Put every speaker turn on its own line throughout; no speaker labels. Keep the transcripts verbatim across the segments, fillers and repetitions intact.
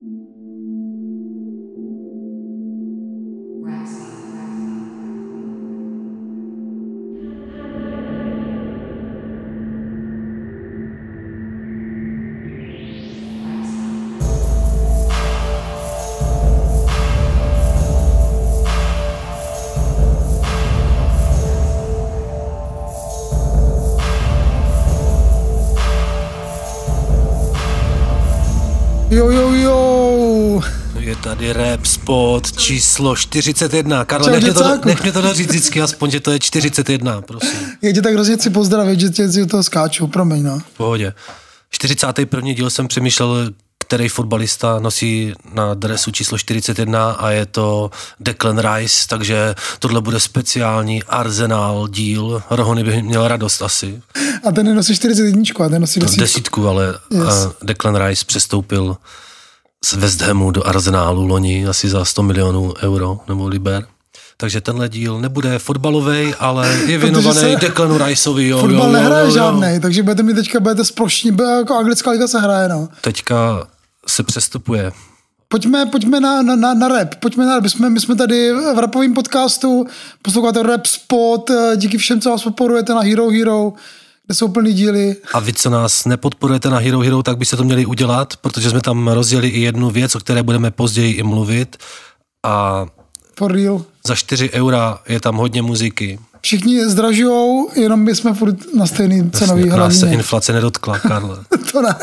Jo, jo, jo.
Je tady Rap Spot číslo čtyřicet jedna. Karle, nech mě, to, nech mě to doříct vždycky, aspoň, že to je čtyřicet jedna, prosím.
Já tě tak hrozně chci pozdravit, že tě z toho skáču, promiň, no.
V pohodě. čtyřicátý první díl jsem přemýšlel, který fotbalista nosí na dresu číslo čtyřicet jedna a je to Declan Rice, takže tohle bude speciální Arsenal díl. Rohony by měl radost asi.
A ten nenosí čtyřicet jedna, a ten nosí desítku.
Desítku, ale yes. Declan Rice přestoupil z West Hamu do Arsenalu loni asi za sto milionů euro nebo liber. Takže tenhle díl nebude fotbalovej, ale je věnovaný Declanu Riceovi. Jo,
fotbal
jo,
nehraje
jo, jo.
žádnej, takže budete mi teďka budete splošní, jako anglická liga se hraje, no.
Teďka se přestupuje.
Pojďme, pojďme na, na, na, na rap, pojďme na rap. My jsme, my jsme tady v rapovém podcastu, posloucháte Rap Spot, díky všem, co vás podporujete na Hero Hero, kde jsou plný díly.
A vy, co nás nepodporujete na Hero Hero, tak byste to měli udělat, protože jsme tam rozjeli i jednu věc, o které budeme později i mluvit. A
for real.
Za čtyři eura je tam hodně muziky.
Všichni zdražujou, jenom my jsme furt na stejný cenový hladině.
Nás se inflace nedotkla, Karle.
To ne.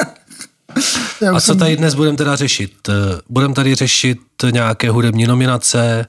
A co tady dnes budeme teda řešit? Budeme tady řešit nějaké hudební nominace.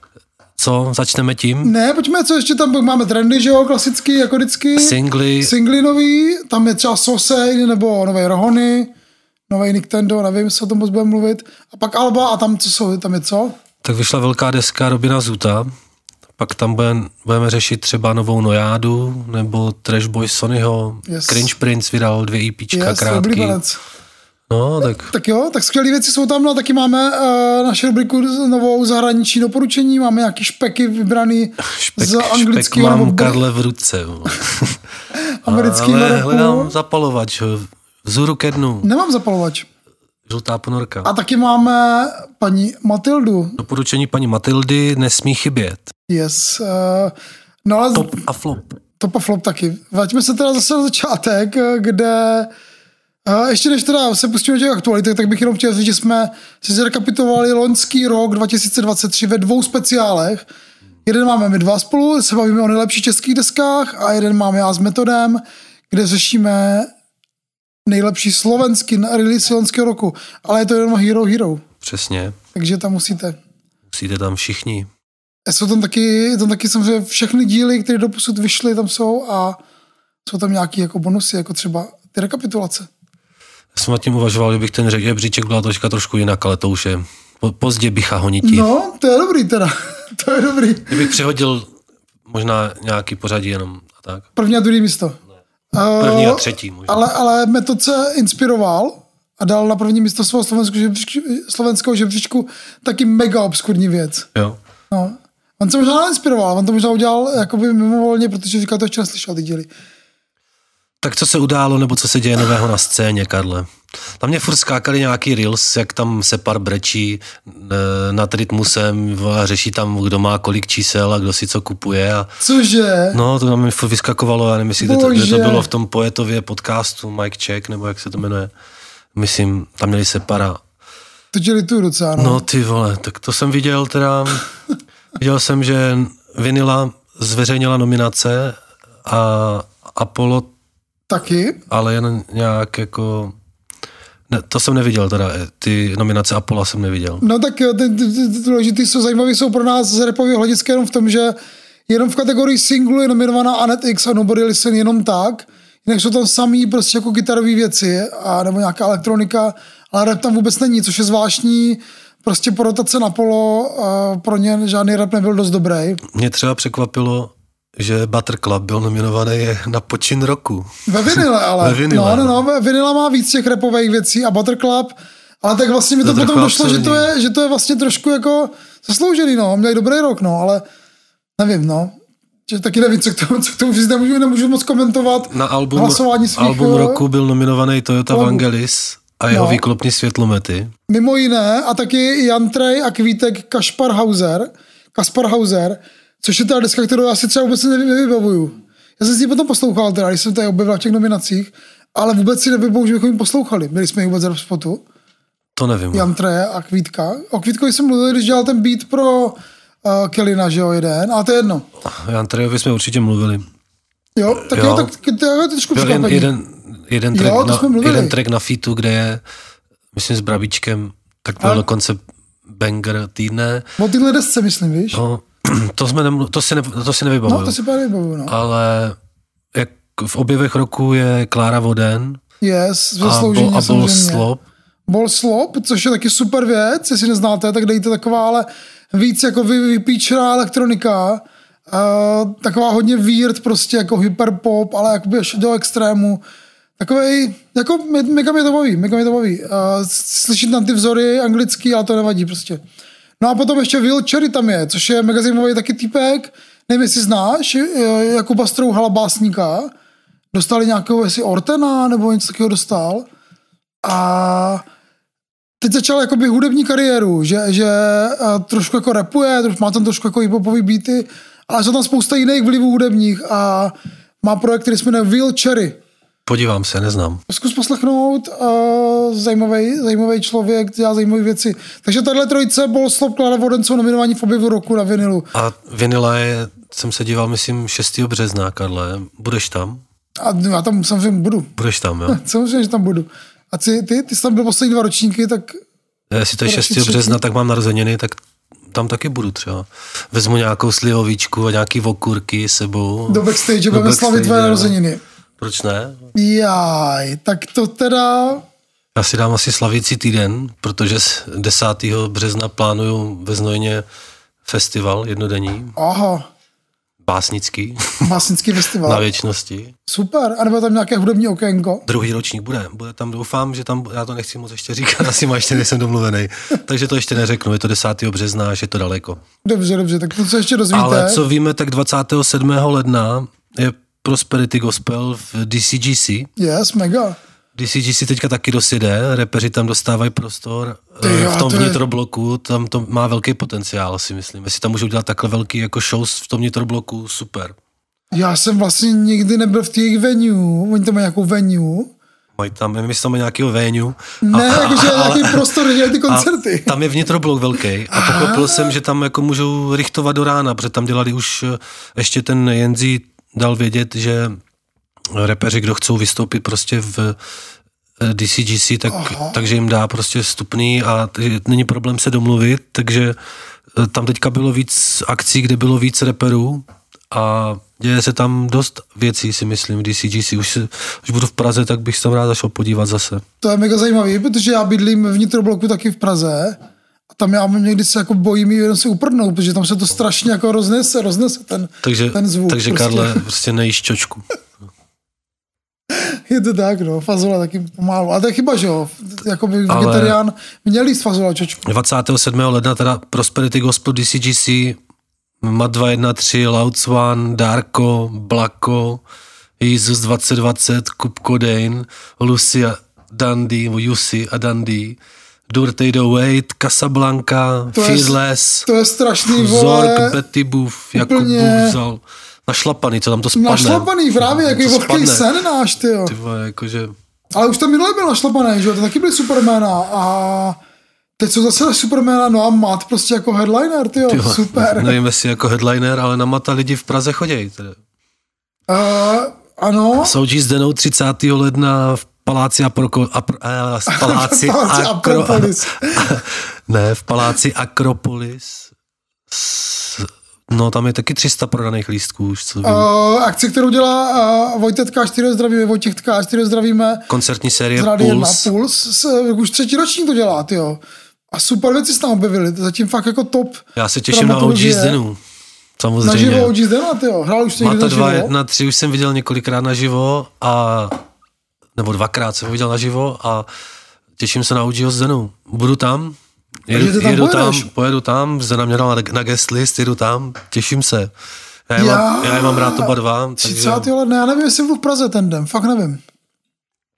Co? Začneme tím?
Ne, pojďme, co ještě tam máme trendy, že jo, klasicky, jako vždycky.
Singly.
Singly nový, tam je třeba Sosej, nebo Nové Rohony, Nový Nintendo, nevím, jestli o tom moc budeme mluvit. A pak Alba, a tam co jsou, tam je co?
Tak vyšla velká deska Robina Zuta, pak tam budeme, budeme řešit třeba novou Nojádu, nebo Trash Boys Sonnyho, yes. Cringe Prince vydal dvě EPčka
yes,
krátký.
Oblíbenec.
No, tak.
Tak jo, tak skvělé věci jsou tam, no taky máme uh, naši rubriku novou zahraniční doporučení, máme nějaký špeky vybraný
špek,
z anglického.
Špek mám Karle v ruce.
Americký
Ale hledám zapalovač, vzoru ke dnu.
Nemám zapalovač.
Žlutá ponorka.
A taky máme paní Matildu.
Doporučení paní Matildy nesmí chybět.
Yes. Uh, no ale
top a flop.
Top a flop taky. Vraťme se teda zase na začátek, kde uh, ještě než teda se pustíme do těch aktuality, tak bych jenom chtěl říct, že jsme si zrekapitulovali loňský rok dva tisíce dvacet tři ve dvou speciálech. Jeden máme my dva spolu, se bavíme o nejlepších českých deskách a jeden mám já s Metodem, kde řešíme nejlepší slovenský release loňského roku. Ale je to jenom Hero Hero.
Přesně.
Takže tam musíte.
Musíte tam všichni.
Jsou tam taky, tam taky samozřejmě všechny díly, které doposud vyšly, tam jsou a jsou tam nějaký jako bonusy, jako třeba ty rekapitulace.
Já jsem nad tím uvažoval, že bych ten žebříček byla troška trošku jinak, ale to už je pozdě bycha honití.
No, to je dobrý teda. To je dobrý.
Kdybych přehodil možná nějaký pořadí jenom a tak.
První a druhý místo.
První a třetí možná.
Ale, ale Metod se inspiroval a dal na první místo svého slovenského žebříčku, slovenského žebříčku taky mega obskurní věc.
Jo.
No. On se možná inspiroval, on to možná udělal jakoby mimovolně, protože říkal, to ještě neslyšel ty díly.
Tak co se událo, nebo co se děje nového na scéně, Karle? Tam mě furt skákali nějaký reels, jak tam Separ brečí nad rytmusem a řeší tam, kdo má kolik čísel a kdo si co kupuje. A
cože?
No, to tam mi furt vyskakovalo, já nevím, jestli to, to bylo v tom Poetově podcastu Mike Check, nebo jak se to jmenuje. Myslím, tam měli Separa.
To děli tu docela, no.
No ty vole, tak to jsem viděl teda, viděl jsem, že Vinyla zveřejnila nominace a Apollo
taky,
ale jen nějak jako... Ne, to jsem neviděl teda, ty nominace Apollo jsem neviděl.
No tak jo, ty, ty, ty, ty důležitý jsou zajímavý, jsou pro nás z rapového hlediska jenom v tom, že jenom v kategorii singlu je nominovaná Annette X a Nobody Listen jenom tak, jinak jsou tam samý prostě jako gitarové věci a nebo nějaká elektronika, ale rap tam vůbec není, což je zvláštní, prostě po rotace na polo pro ně žádný rap nebyl dost dobrý.
Mě třeba překvapilo, že Butter Club byl nominovaný na počin roku.
Ve vinyle, ale.
Ve vinyle.
No, no, no, Vinyla má víc těch rapových věcí a Butter Club, ale tak vlastně mi to Butter potom došlo, že to, je, že to je vlastně trošku jako zasloužený, no, měli dobrý rok, no, ale nevím, no. Že taky nevím, co k tomu, co k tomu říct, nemůžu, nemůžu moc komentovat.
Na album,
hlasování svých,
album roku byl nominovaný Toyota
album.
Vangelis a jeho
No.
výklopní světlomety.
Mimo jiné, a taky Jan Trej a Kvítek Kaspar Hauser, Kaspar Hauser, což je ta deska, kterou já si třeba vůbec nevy- nevybavuju. Já jsem si ji potom poslouchal, teda, když jsem tady objevil v těch nominacích, ale vůbec si nevybavuju, že bychom ji poslouchali. Byli jsme ji vůbec v spotu.
To nevím.
Jan Treje a Kvítka. O Kvítkovi jsem mluvil, když dělal ten beat pro uh, Kelina, že jo, jeden, a to je jedno.
Jan Trejovi jsme určitě mluvili.
Jo, tak
Jo.
jo, tak to je trošku
Byl jen,
překvapení.
jeden, jeden, track
Jo, to jsme
na,
mluvili.
jeden track na featu, kde je, myslím, s Brabíčkem, tak byl
Ale-
dokonce banger týdne.
O tyhle desce, myslím, víš?
No, to, jsme nemlu, to, si ne, to si nevybavuju.
No, to si právě vybavuju, no.
Ale jak v objevech roku je Klára Voden
Yes,
a,
zaslouženě,
Bol, a Bol
samozřejmě.
Slop.
Ball Slop, což je taky super věc, jestli neznáte, tak dejte taková, ale víc jako vy- vypíčená elektronika, uh, taková hodně weird, prostě jako hyperpop, ale jakoby až do extrému. Takovej, jako me- mega mě to baví, mega mě to baví. Uh, slyšet tam ty vzory anglický, ale to nevadí prostě. No a potom ještě Will Cherry tam je, což je mega zajímavý taky týpek, nevím, jestli znáš, uh, Jakuba Strouhala básníka, dostali nějakého, jestli Ortena, nebo něco takového dostal. A teď začal jakoby hudební kariéru, že, že uh, trošku jako rapuje, trošku, má tam trošku jako hiphopový beaty, ale jsou tam spousta jiných vlivů hudebních a má projekt, který se jmenuje Will Cherry.
Podívám se, neznám.
Zkus poslechnout, uh, zajímavý, zajímavý člověk, dělá zajímavé věci. Takže tahle trojice, Ball Slop, Klára Voden jsou nominovaní v objevu roku na vinilu.
A vinila je, jsem se díval, myslím, šestého března, Karle. Budeš tam?
A já tam samozřejmě budu.
Budeš tam, jo?
Samozřejmě, že tam budu. A ty, ty, ty jsi tam byl poslední dva ročníky, tak
Jestli to je
Radši
šestého
třetí.
března, tak mám narozeniny, tak tam taky budu třeba. Vezmu nějakou slivovíčku a nějaký okurky s sebou.
do backstage
Do
budeme slavit tvoje
backstage,
narozeniny.
Proč ne?
Jaj, tak to teda...
Já si dám asi slavící týden, protože z desátého března plánuju ve Znojmě festival jednodenní,
Aha,
básnický,
básnický festival.
na věčnosti.
Super, a nebo tam nějaké hudební okénko.
Druhý ročník bude. Bude tam, doufám, že tam, já to nechci moc ještě říkat, asi má ještě nejsem domluvený. Takže to ještě neřeknu, je to desátého března, až je to daleko.
Dobře, dobře, tak to se ještě dozvíte.
Ale co víme, tak dvacátého sedmého ledna je Prosperity Gospel v D C G C.
Yes, mega.
D C G C teďka taky dosjede, repeři tam dostávají prostor
Ty
eh,
jo,
v tom
to je-
vnitrobloku, tam to má velký potenciál, si myslím. Jestli tam můžou dělat takhle velký jako shows v tom vnitrobloku, super.
Já jsem vlastně nikdy nebyl v těch venue, oni tam mají nějakou venue.
Mají tam, my tam nějakého venue.
Ne, jakože nějaký prostor, kde dělají ty koncerty.
A tam je vnitroblok velký a pochopil jsem, že tam jako můžou richtovat do rána, protože tam dělali už eh, ještě ten Jenzi dal vědět, že repeři, kdo chcou vystoupit prostě v eh, D C G C, tak, takže jim dá prostě vstupný a t- není problém se domluvit, takže eh, tam teďka bylo víc akcí, kde bylo víc reperů a děje se tam dost věcí, si myslím, v D C G C. Už, se, už budu v Praze, tak bych se tam rád zašel podívat zase.
To je mega zajímavý, protože já bydlím v vnitrobloku taky v Praze a tam já někdy se jako bojím jenom si uprdnout, protože tam se to strašně jako roznese, roznese ten,
Takže,
ten zvuk.
takže
prostě.
Karle, prostě nejíš čočku.
Je to tak, no, fazola taky pomálu. A to je chyba, že jo, jako by
Ale-
vegetarián měl jíst fazola čočku.
dvacátého sedmého ledna teda Prosperity Gospel D C G C, Mat dva jedna tři, Louds One, Darko, Blako, Jesus dvacet dvacet, Kup Codain, Lucia Dundee, Lucy a Dundee, Dirty the Wait, Casablanca,
To je-
Fearless,
To je strašný, vole,
Zork, Betty Buff, Jakub
úplně-
Bůzal, našlapaný, co tam to spadne.
našlapaný právě, jaký
To
vlhký
spadne.
sen náš, tyjo.
Ty vole, jakože...
Ale už tam minule byl našlapaný, že jo, to taky byly Supermana a teď jsou zase Supermana, no a Matt prostě jako headliner, tyjo,
Tyjo,
super.
Nevím, jestli jako headliner, ale na Mata lidi v Praze chodějí. Teda.
Uh, ano,
Součí s Denou třicátého ledna v Paláci Aproko, apr, eh, v Paláci,
Paláci
Akro,
Akropolis.
ne, v Paláci Akropolis. S, no, tam je taky tři sta prodaných lístků už, co vím.
uh, akci, kterou dělá uh, Vojtěch Tkáč, kterého zdravíme, Vojtěch Tkáč, kterého zdravíme,
Koncertní série
z Rádia jedna
Puls.
Puls, s, už třetí ročník to dělá, tyjo. A super věci se tam objevily, to zatím fakt jako top.
Já se těším na O G
dramaturgie.
z Denu. Samozřejmě.
Naživo O G z Dena, tyjo, hrál už to někdy
Mata dva
naživo.
jedna tři už jsem viděl několikrát naživo a nebo dvakrát jsem ho viděl naživo a těším se na O G z Denu. Budu tam, jedu,
Takže ty tam
jedu tam,
pojedeš?
pojedu tam, Zdena mě dala na, na guest list, jedu tam, těším se. Já je,
Já-
mám, já je mám rád oba dva. Takže
třicátého ledna, já nevím, jestli budu v Praze ten den, fakt nevím.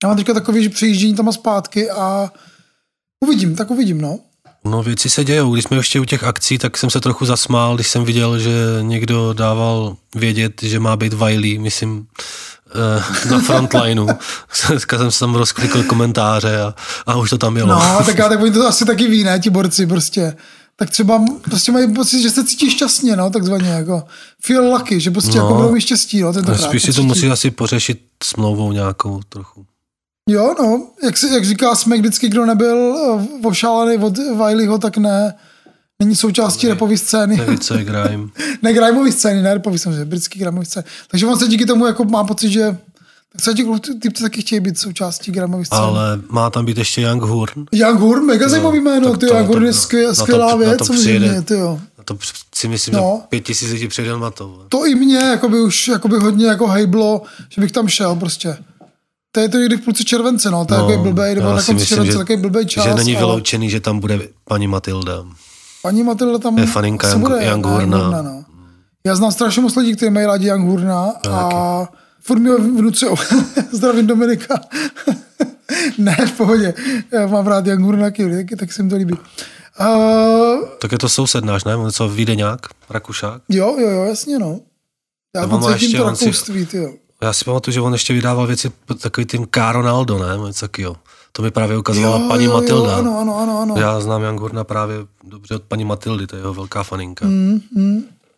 Já mám teďka takový, že přejíždění tam a zpátky a uvidím, tak uvidím, no.
No věci se dějou. Když jsme ještě u těch akcí, tak jsem se trochu zasmál, když jsem viděl, že někdo dával vědět, že má být Wiley, myslím, na frontlineu. Dneska jsem se tam rozklikl komentáře a, a už to tam jelo.
No, tak já tak oni to asi taky ví, ne, ti borci prostě. Tak třeba prostě mají pocit, že se cítí šťastně, no, takzvaně jako feel lucky, že prostě no, jako budou mít štěstí, no, tentokrát.
Spíš si to musí asi pořešit smlouvou nějakou trochu.
Jo, no, jak, si, jak říká Smek, vždycky, kdo nebyl ošálený od Wileyho, tak ne, není součástí rapové scény.
Neví, co je grime.
Ne grimeový scény, ne rapový samozřejmě, britský grimeový scény. Takže on se díky tomu jako má pocit, že tak se ti typci taky chtějí být součástí grimeový scény.
Ale má tam být ještě Young Horn.
Young Horn, mega zajímavý jméno, ty Young Horn je skvělá věc, samozřejmě, ty jo.
To si myslím, no. že pět tisíc lidí přijde na to.
To i mě jakoby už jakoby hodně jako hejblo, že bych tam šel prostě. To je to někdy v půlce července, no, to je no, takový blbej, nebo na konci července, takový blbej čas.
Že není vyloučený, ale... že tam bude paní Matilda.
Paní Matilda tam
je faninka
Young,
bude, Young Horna.
No. Já znám strašně moc lidí, kteří mají rádi Young Horna a furt mi ho vnucujou. Zdravím Dominika. Ne, v pohodě. Já mám rád Young Horna, tak, tak se mi to líbí. Uh,
tak je to soused náš, ne? Co, Vídeňák, Rakušák?
Jo, jo, jo, jasně, no. Já tam cítím to rakouství, ty jo.
Já si pamatuju, že on ještě vydával věci takový tím K. Ronaldo, ne? Taky, to mi právě ukazovala jo, paní
jo,
Matilda.
Jo, ano, ano, ano, ano.
Já znám Young Horna právě dobře od paní Matildy, to je jeho velká faninka.
Mm, mm.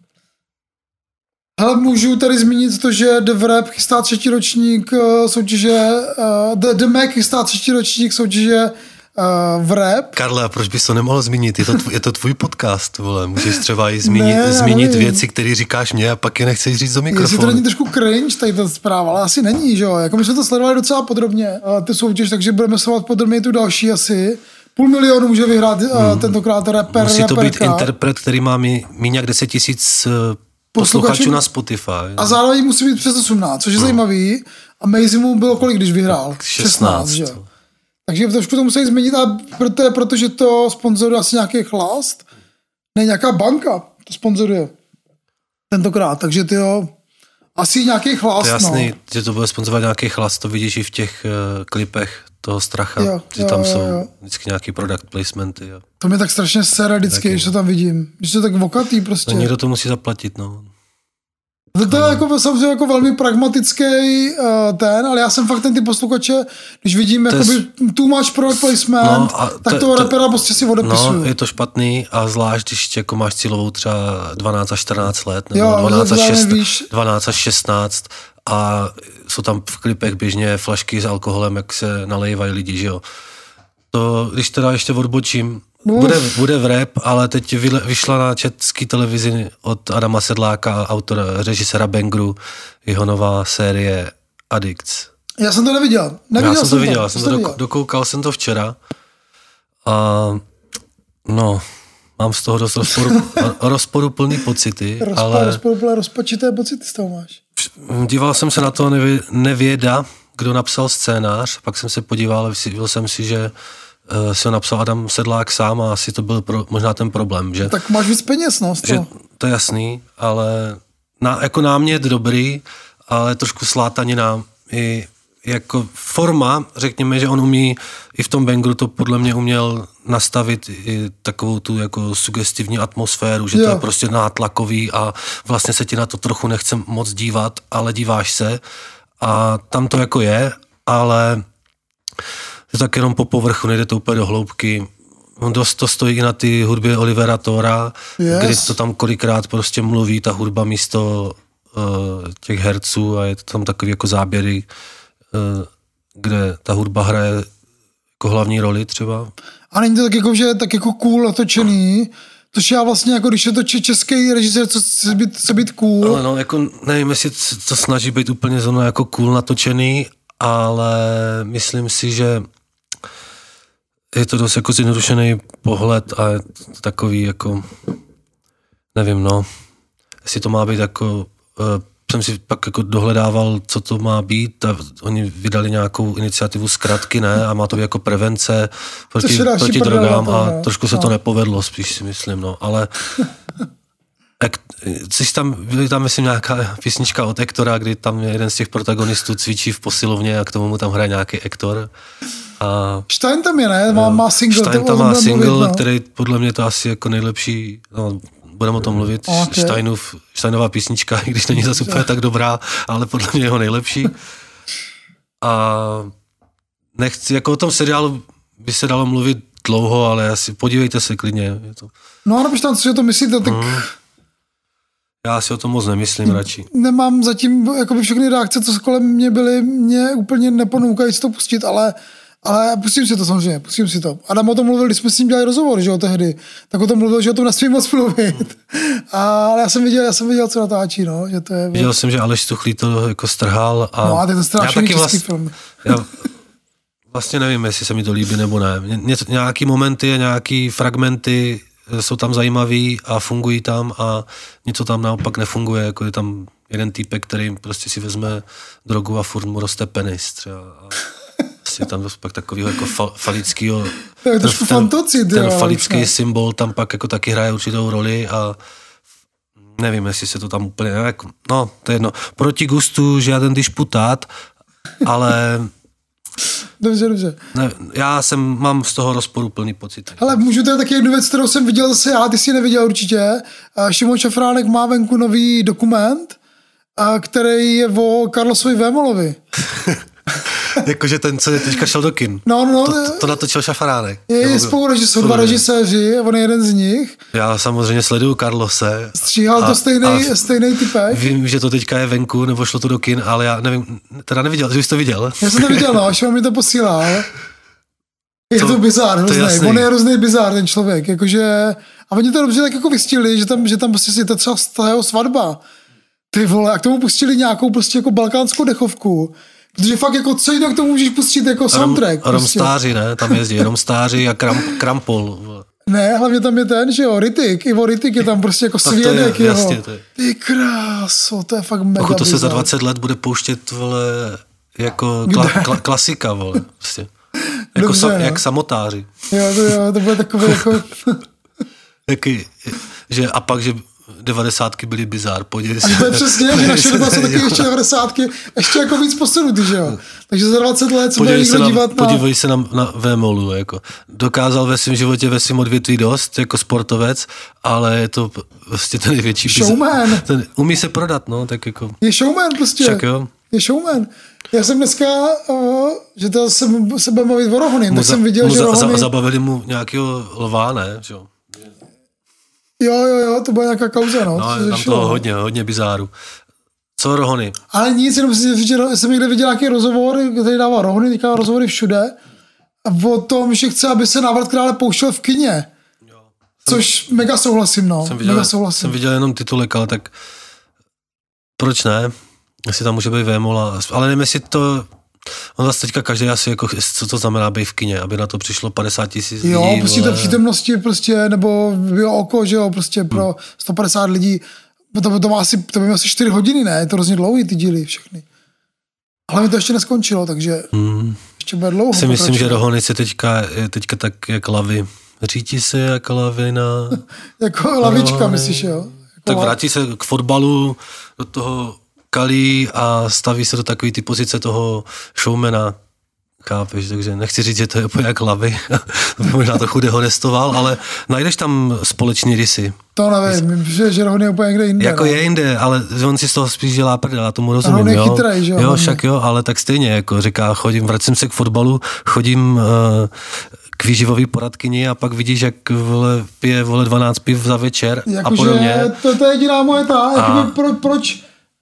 Hele, můžu tady zmínit to, že The Wrap chystá třetí ročník soutěže, uh, The, The Mac chystá třetí ročník soutěže uh, v rap.
Karle, a proč bys to nemohl zmínit? Je to, tvůj, je to tvůj podcast, vole. Můžeš třeba i zmínit, ne, zmínit věci, které říkáš mě a pak je nechceš říct do mikrofonu.
Jestli to není trošku cringe, tady ta zpráva, ale asi není, že jo. Jako my jsme to sledovali docela podrobně, uh, ty soutěž, takže budeme sledovat podrobně tu další asi. Půl milionu může vyhrát uh, hmm. tentokrát rapper,
Musí to
rapperka.
být interpret, který má míň jak deset tisíc uh, posluchačů na Spotify.
A zároveň musí být přes osmnáct, což je no. zajímavý. A Maisie mu bylo kolik, když vyhrál?
šestnáct.
že? Takže trošku to musí změnit, a proto, protože to sponzoruje asi nějaký chlast. Ne, nějaká banka to sponzoruje tentokrát. Takže ty jo, asi nějaký chlast.
To je jasný,
no.
že to bude sponzorovat nějaký chlast, to vidíš i v těch uh, klipech toho Stracha,
jo,
že
jo,
tam
jo,
jsou
jo.
vždycky nějaký product placementy. Jo.
To mě tak strašně sere vždycky, když to tam vidím. Když to tak vokatý prostě.
No, někdo to musí zaplatit, no.
To, to je jako, samozřejmě jako velmi pragmatický uh, ten, ale já jsem fakt ten ty posluchače, když vidím jakoby je... too much product placement, no, a tak to, toho to, rapera prostě si odepisuju.
No, je to špatný a zvlášť, když jako máš cílovou třeba dvanáct až čtrnáct let, nebo
jo,
dvanáct až šestnáct a jsou tam v klipech běžně flašky s alkoholem, jak se nalejvají lidi, že jo. To, když teda ještě odbočím, Bude, bude v rap, ale teď vyšla na české televizi od Adama Sedláka, autora, režisera Bangru, jeho nová série Addicts.
Já jsem to neviděl. neviděl
Já jsem to viděl,
to,
jsem to dokou, dokoukal jsem to včera. A no, mám z toho dost rozporu, rozporuplný pocity.
Rozpa,
ale
rozporuplné, rozpačité pocity z toho máš.
Díval jsem se na to nevě, Nevěda, kdo napsal scénář, pak jsem se podíval, viděl jsem si, že Uh, si ho napsal Adam Sedlák sám a asi to byl pro, možná ten problém, že?
Tak máš víc peněz, no.
Že, to je jasný, ale na, jako námět dobrý, ale trošku slátanina i jako forma, řekněme, že on umí i v tom Bangru to podle mě uměl nastavit i takovou tu jako sugestivní atmosféru, že jo. To je prostě nátlakový a vlastně se ti na to trochu nechce moc dívat, ale díváš se a tam to jako je, ale to tak jenom po povrchu, nejde to úplně do hloubky. On dost to stojí i na ty hudbě Olivera Tora, yes. Kdy to tam kolikrát prostě mluví, ta hudba místo uh, těch herců a je to tam takový jako záběry, uh, kde ta hudba hraje jako hlavní roli třeba.
A není to tak jako, že tak jako cool natočený, tož já vlastně jako, když je to český režisér, co chce být, chce být cool.
Ale no, jako nevím, jestli to snaží být úplně zrovna jako cool natočený, ale myslím si, že je to dost jako zjednodušený pohled a je to takový jako, nevím no, jestli to má být jako, uh, jsem si pak jako dohledával, co to má být a oni vydali nějakou iniciativu zkratky, ne, a má to být jako prevence proti, proti drogám a trošku se no. to nepovedlo, spíš si myslím, no, ale Ek, což tam, byly tam, myslím, nějaká písnička od Ektora, kdy tam jeden z těch protagonistů cvičí v posilovně a k tomu mu tam hraje nějaký Ektor. A
Stein tam je, ne? Má, má single.
Stein tam má single,
mluvit, no.
který podle mě to asi jako nejlepší, no, budeme o tom mluvit, okay. Steinův, Steinová písnička, i když není zase úplně tak dobrá, ale podle mě jeho nejlepší. A nechci, jako o tom seriálu by se dalo mluvit dlouho, ale asi podívejte se klidně. Je to...
No a napiš tam, co to myslíte, tak... Hmm.
Já si o tom moc nemyslím radši.
Nemám zatím jakoby všechny reakce, co kolem mě byly, mě úplně neponoukají si to pustit, ale, ale pustím si to samozřejmě, pustím si to. Adam o tom mluvil, když jsme s ním dělali rozhovor, že jo, tehdy, tak o tom mluvil, že o tom nesmím moc mluvit. A, ale já jsem viděl, já jsem viděl, co natáčí, no, že to je...
Viděl jsem, že Aleš Stuchlý to jako strhal a...
No a teď to strašný český
vlast...
film.
Já vlastně nevím, jestli se mi to líbí nebo ne. Ně, nějaký momenty a nějaký fragmenty jsou tam zajímavý a fungují tam a něco tam naopak nefunguje, jako je tam jeden týpek, který prostě si vezme drogu a furt mu roste penis třeba. A prostě tam pak takovýho jako fa, falickýho...
Ten, ten,
ten, ten falický ne? symbol tam pak jako taky hraje určitou roli a nevím, jestli se to tam úplně... Jako, no, to je jedno. Proti gustu žádný disputát, ale...
Dobře, dobře.
Ne, já jsem, mám z toho rozporu plný pocit.
Hele, můžu tady taky jednu věc, kterou jsem viděl zase já, ty jsi neviděl určitě. Šimon Šafránek má venku nový dokument, který je o Carlosovi Vémolovi.
Jakože ten, co je teďka šel do kin.
No, no.
To, to, to natočil Šafránek.
Je, je spolu režisér, dva režiséři, on je jeden z nich.
Já samozřejmě sleduju Carlose.
Stříhal a, to stejnej, stejnej typek.
Vím, že to teďka je venku, nebo šlo to do kin, ale já nevím, teda neviděl, že jsi to viděl?
Já jsem to viděl, no, Šimon mi to posílal. Je to, to bizár, hrozný. To on je hrozný bizár, ten člověk, jakože... A oni to dobře tak jako vystihli, že tam, že tam prostě je to třeba ta jeho svatba. Ty vole, a k tomu pustili nějakou prostě jako balkánskou dechovku. Protože fakt jako co jinak to můžeš pustit jako soundtrack.
Rom, prostě. Romstáři, ne? Tam jezdí Romstáři a kram, Krampol.
Ne, hlavně tam je ten, že jo, Rytik. Ivo Rytik je tam prostě jako svědek.
Je, jasně, to je.
Ty kráso, to je fakt mega
Pokud to
bizar.
se za dvacet let bude pouštět, vole, jako kla, kla, klasika, vole, prostě. Jako
Dobře,
sa,
no.
Jak samotáři.
Jo, to, jo, to bude takové jako...
Jaký, že a pak, že devadesátky byly bizár, podívej se.
A to je přesně, že naše doba jsou taky ještě devadesátky, ještě jako víc posunutý, že jo. Takže za dvacet let se bude někdo dívat na...
Podívej se na, na Vémolu, jako. Dokázal ve svém životě, ve svém odvětví dost, jako sportovec, ale je to vlastně ten největší bizár.
Showman.
Ten, umí se prodat, no, tak jako...
Je showman prostě.
Však jo.
Je showman. Já jsem dneska, uh, že to se, se budeme bavit o Rohonym, tak
za,
jsem viděl, že
za,
Rohony...
Zabavili mu nějakého lva, ne? Že?
Jo, jo, jo, to byla nějaká kauza, no.
No, to tam toho hodně, hodně bizáru. Co Rohony?
Ale nic, jenom si říct, že jsem někde viděl nějaký rozhovor, který dával Rohony, teďka rozhovory všude, o tom, že chce, aby se Návrat krále pouštěl v kině. Jo. Což jsem, mega souhlasím, no.
Jsem viděl,
mega souhlasím.
Jsem viděl jenom titulek, ale tak proč ne? Jestli tam může být Vémola, ale nevím, jestli to... On vlastně teďka každý asi, jako, co to znamená být v kině, aby na to přišlo padesát tisíc lidí.
Jo, prostě to přítomnosti, prostě, nebo jo, oko, že jo, prostě pro hmm. sto padesát lidí, to, to má asi, to by asi čtyři hodiny, ne? Je to hrozně dlouhý, ty díly všechny. Ale mi to ještě neskončilo, takže hmm. ještě bude dlouho.
Si myslím, že Rohony se teďka, je teďka tak jak lavy. Říti se jak lavina.
Jako lavička, Rohony. Myslíš, jo? Jako
tak vrátí se k fotbalu, do toho kalí a staví se do takové ty pozice toho showmana, chápeš, takže nechci říct, že to je úplně jak lavy, možná trochu dehonestoval, ale najdeš tam společný rysy.
To nevím, že, že Rohony je úplně někde jinde.
Jako
no.
je jinde, ale on si z toho spíš dělá prdel, já tomu rozumím, jo.
Chytrej, že jo.
Jo, však jo, ale tak stejně, jako říká, chodím, vracím se k fotbalu, chodím uh, k výživový poradkyni a pak vidíš, jak vole, pije vole dvanáct piv za večer jako a podobně.
To, to je jediná moje ta, jakoby pro, proč...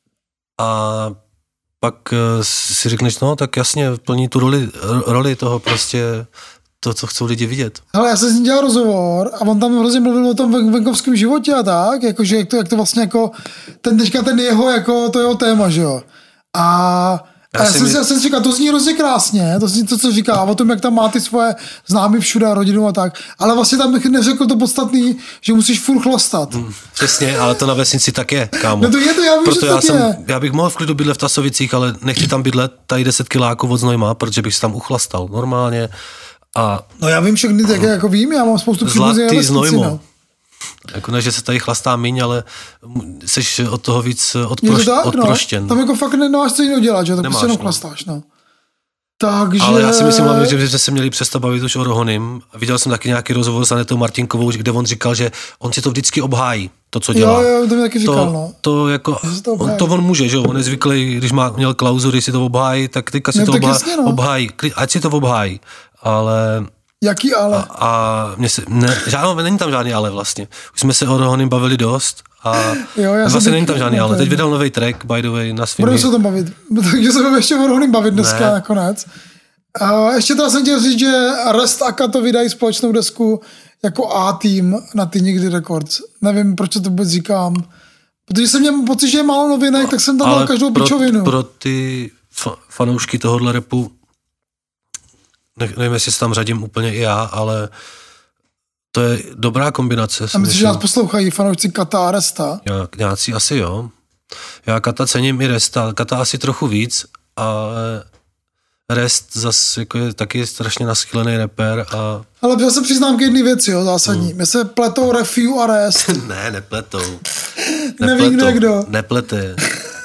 A pak si řekneš, no tak jasně, plní tu roli, roli toho prostě, to, co chcou lidi vidět.
Hele, já jsem s ním dělal rozhovor a on tam hrozně mluvil o tom venkovském životě a tak, jakože jak to, jak to vlastně jako, ten teďka ten jeho, jako to jeho téma, že jo. A já, já, jsem, my... já jsem si říkal, to zní hrozně krásně, to zní to, co říká, o tom, jak tam má ty svoje známy všude, rodinu a tak, ale vlastně tam bych neřekl to podstatný, že musíš furt chlastat. Hmm,
přesně, ale to na vesnici tak je, kámo.
No to je to, já vím,
Proto
že
já,
tak
jsem,
je.
já bych mohl v klidu bydlet v Tasovicích, ale nechci tam bydlet tady deset kiláků od Znojma, protože bych se tam uchlastal normálně. A
no já vím všechny, tak jako vím, já mám spoustu příbuzných
Zlatý Znojmo. No. Jako ne, že se tady chlastá míň, ale jsi od toho víc odproš,
tak,
odproštěn.
No. Tam jako fakt nemáš co jiného dělat, že? Tak prostě jenom
no.
chlastáš, no. Takže...
Ale já si myslím, že bychom se měli přestat bavit už o Rohonym. Viděl jsem taky nějaký rozhovor s Anetou Martinkovou, kde on říkal, že on si to vždycky obhájí, to, co dělá.
Jo, jo, to mi taky říkal,
to,
no.
To jako, to on, to on může, že jo, on je zvyklý, když má, měl klauzury, si to obhájí, tak teďka si ne, to obhá, jasně, no. obhájí, ať si to obhájí, ale...
Jaký ale?
A, a mě se, ne, žádný, není tam žádný ale vlastně. Už jsme se o Rohonym bavili dost a
jo, já
vlastně není tam žádný ale. Teď vydal nový track, by the way, na svým...
Budeme se o tom bavit, takže se budeme ještě o Rohonym bavit dneska ne. nakonec. A ještě teda jsem chtěl říct, že Rest a Kato vydají společnou desku jako A-tým na Ty nikdy Records. Nevím, proč to vůbec říkám. Protože jsem měl pocit, že je málo novinek, tak jsem tam dal každou
pro,
pičovinu.
pro ty fa- fanoušky tohohle rapu, ne, nevím, jestli se tam řadím úplně i já, ale to je dobrá kombinace.
A myslíš, že nás poslouchají fanoušci Kata a Resta?
Já, nějací asi jo. Já Kata cením i Resta, Kata asi trochu víc, ale Rest zase jako je taky strašně naschylený rapper a...
Ale já se přiznám k jedné věci, jo, zásadní. Hmm. Mě se pletou Refiu a Rest.
ne, nepletou.
Nevím, kdo je kdo.
Neplete.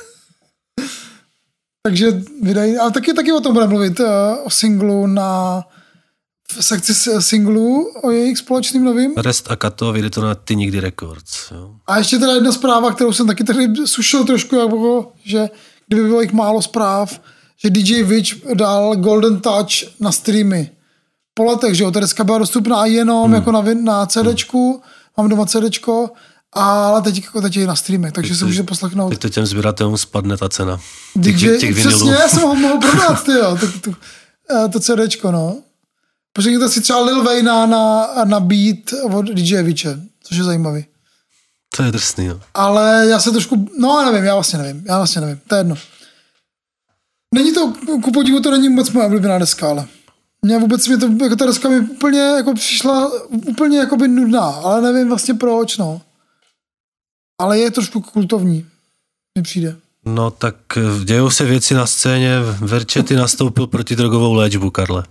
Takže vydají, ale taky, taky o tom budeme mluvit, uh, o singlu na v sekci singlů, o jejich společným novým.
Rest a Kato, vyjde to na Ty nikdy Records. Jo.
A ještě teda jedna zpráva, kterou jsem taky tady sušil trošku, jako, že kdyby bylo jich málo zpráv, že D J Witch dal Golden Touch na streamy. Po letech, že jo, ta deska byla dostupná jenom hmm. jako na, na CDčku, hmm. mám doma CDčko, ale teď, jako teď je na streamech, takže si můžete poslechnout.
Teď to těm sběratelům spadne ta cena.
D J, těch, těch přesně, já jsem ho mohl prodat, tyjo, to, to, to CDčko, no. Pořekněte si třeba Lil Wayna na, na beat od D J Witche, což je zajímavý.
To je drsný, jo.
Ale já se trošku, no nevím, já vlastně nevím, já vlastně nevím, to je jedno. Není to, ku podivu, to není moc moje oblíbená deska, ale mě vůbec mě to, jako ta deska mi úplně jako přišla úplně jako by nudná, ale nevím vlastně proč, no. Ale je trošku kultovní, mi přijde.
No tak dějou se věci na scéně, Verčety nastoupil proti drogovou léčbu, Karle.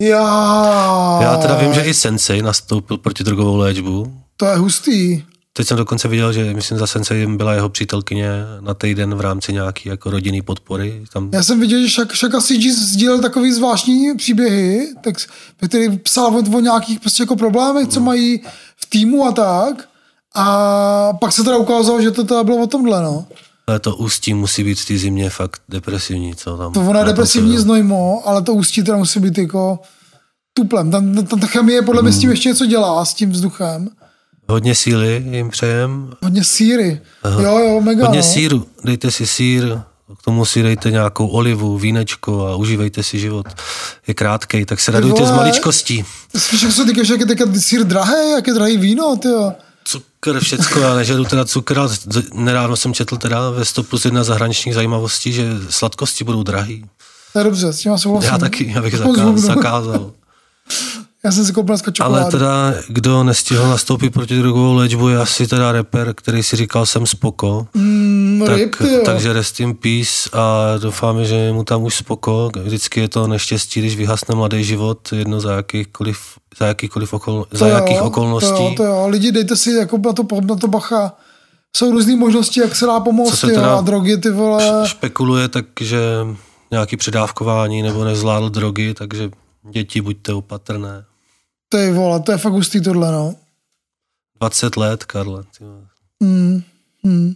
Já.
Já teda vím, že i Sensei nastoupil proti drogovou léčbu.
To je hustý.
Teď jsem dokonce viděl, že myslím za Sensei byla jeho přítelkyně na týden v rámci nějaký jako rodinný podpory. Tam... Já
jsem viděl, že Shaka C G sdílel takový zvláštní příběhy, tak, který psal o, o nějakých prostě jako problémech, co mají v týmu a tak. A pak se teda ukázalo, že to teda bylo o tomhle, no.
Ale to Ústí musí být v té zimě fakt depresivní, co tam.
To ono je depresivní znojmo, ale to Ústí teda musí být jako tuplem. Tam, tam ta chemie podle mě hmm. s tím ještě něco dělá, s tím vzduchem.
Hodně síly jim přejem.
Hodně síry. Aha. Jo, jo, mega.
Hodně
no.
síru. Dejte si sír, k tomu si dejte nějakou olivu, vínečko a užívejte si život. Je krátkej, tak se radujte vole, z maličkostí.
Spíš jak se týkáš, jak je teďka sír drahý, jak je drahý víno, tyjo.
Cukr, všecko, já nežeru teda cukr, ale nedávno jsem četl teda ve sto plus jedna zahraničních zajímavostí, že sladkosti budou drahý.
To je dobře, s tím já souhlasím.
Já taky, já bych zakázal. zakázal.
Já jsem si koupil dneska čokoládu.
Ale teda, kdo nestihl nastoupit proti drogovou léčbu, je asi teda rapper, který si říkal jsem spoko.
Mm,
tak,
rip,
takže rest in peace a doufáme, že mu tam už spoko. Vždycky je to neštěstí, když vyhasne mladý život, jedno za jakýchkoliv, za jakýchkoliv okol, za
jo,
jakých okolností.
To jo, to jo. Lidi, dejte si jako na to, na to bacha. Jsou různý možnosti, jak se dá pomoct, jo, a drogy, ty vole.
Špekuluje tak, že nějaký předávkování nebo nezvládl drogy, takže děti, buďte opatrné.
Ty vole, to je fakt hustý tohle, no.
dvacet let, Karle.
Mm, mm.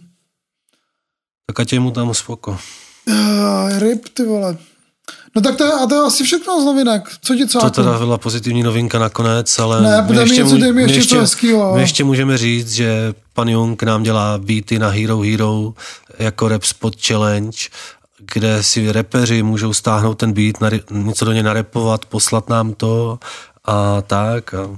Tak ať je mu tam spoko.
Uh, ryb, ty vole. No tak to je, a to je asi všechno z novinek. Co ti cáku?
To teda byla pozitivní novinka nakonec, ale
ne,
my, ještě,
něco,
my,
ještě,
ještě,
hezkýho,
my ještě můžeme říct, že pan Jung nám dělá beaty na Hero Hero jako Rap Spot Challenge, kde si repeři můžou stáhnout ten beat, něco do něj narepovat, poslat nám to a tak. A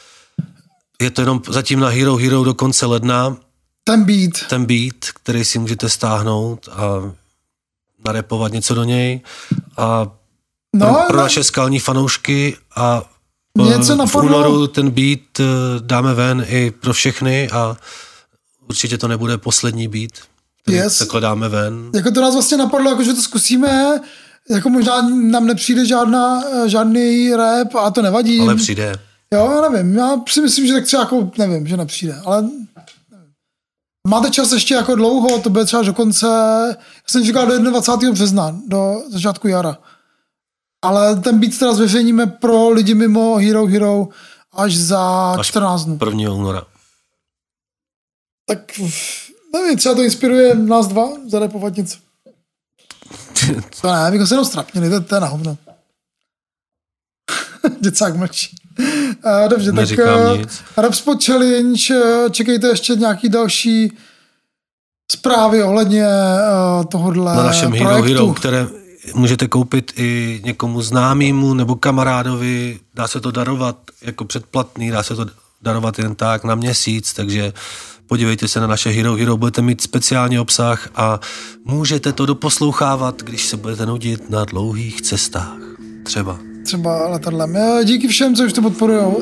je to jenom zatím na Hero Hero do konce ledna.
Ten beat.
Ten beat, který si můžete stáhnout a narepovat něco do něj. A
no,
pro, pro
no.
naše skalní fanoušky a
něco
v únoru ten beat dáme ven i pro všechny a určitě to nebude poslední beat.
Yes.
Takhle dáme ven.
Jako to nás vlastně napadlo, jako že to zkusíme, jako možná nám nepřijde žádná, žádný rap a to nevadí.
Ale přijde.
Jo, já nevím, já si myslím, že tak třeba jako, nevím, že nepřijde, ale Máte čas ještě jako dlouho, to bude třeba do konce, já jsem říkal do dvacátého prvního března, do začátku jara. Ale ten beat teda zveřejníme pro lidi mimo Hero Hero až za až čtrnáct dnů.
prvního února.
Tak nevím, třeba to inspiruje nás dva zarepovat něco. To ne, bychom se jenom strapnili, to, to je na hovno. Děcák mlčí. Uh, dobře,
Neříkám
tak
nic.
uh, Rap Spot Challenge, uh, čekejte ještě nějaký další zprávy ohledně uh, tohohle
na našem Hero
projektu.
Hero, které můžete koupit i někomu známému nebo kamarádovi, dá se to darovat jako předplatný, dá se to darovat jen tak na měsíc, takže podívejte se na naše Hero Hero, budete mít speciální obsah a můžete to doposlouchávat, když se budete nudit na dlouhých cestách. Třeba.
Třeba letadlem. Díky všem, co už to podporujou.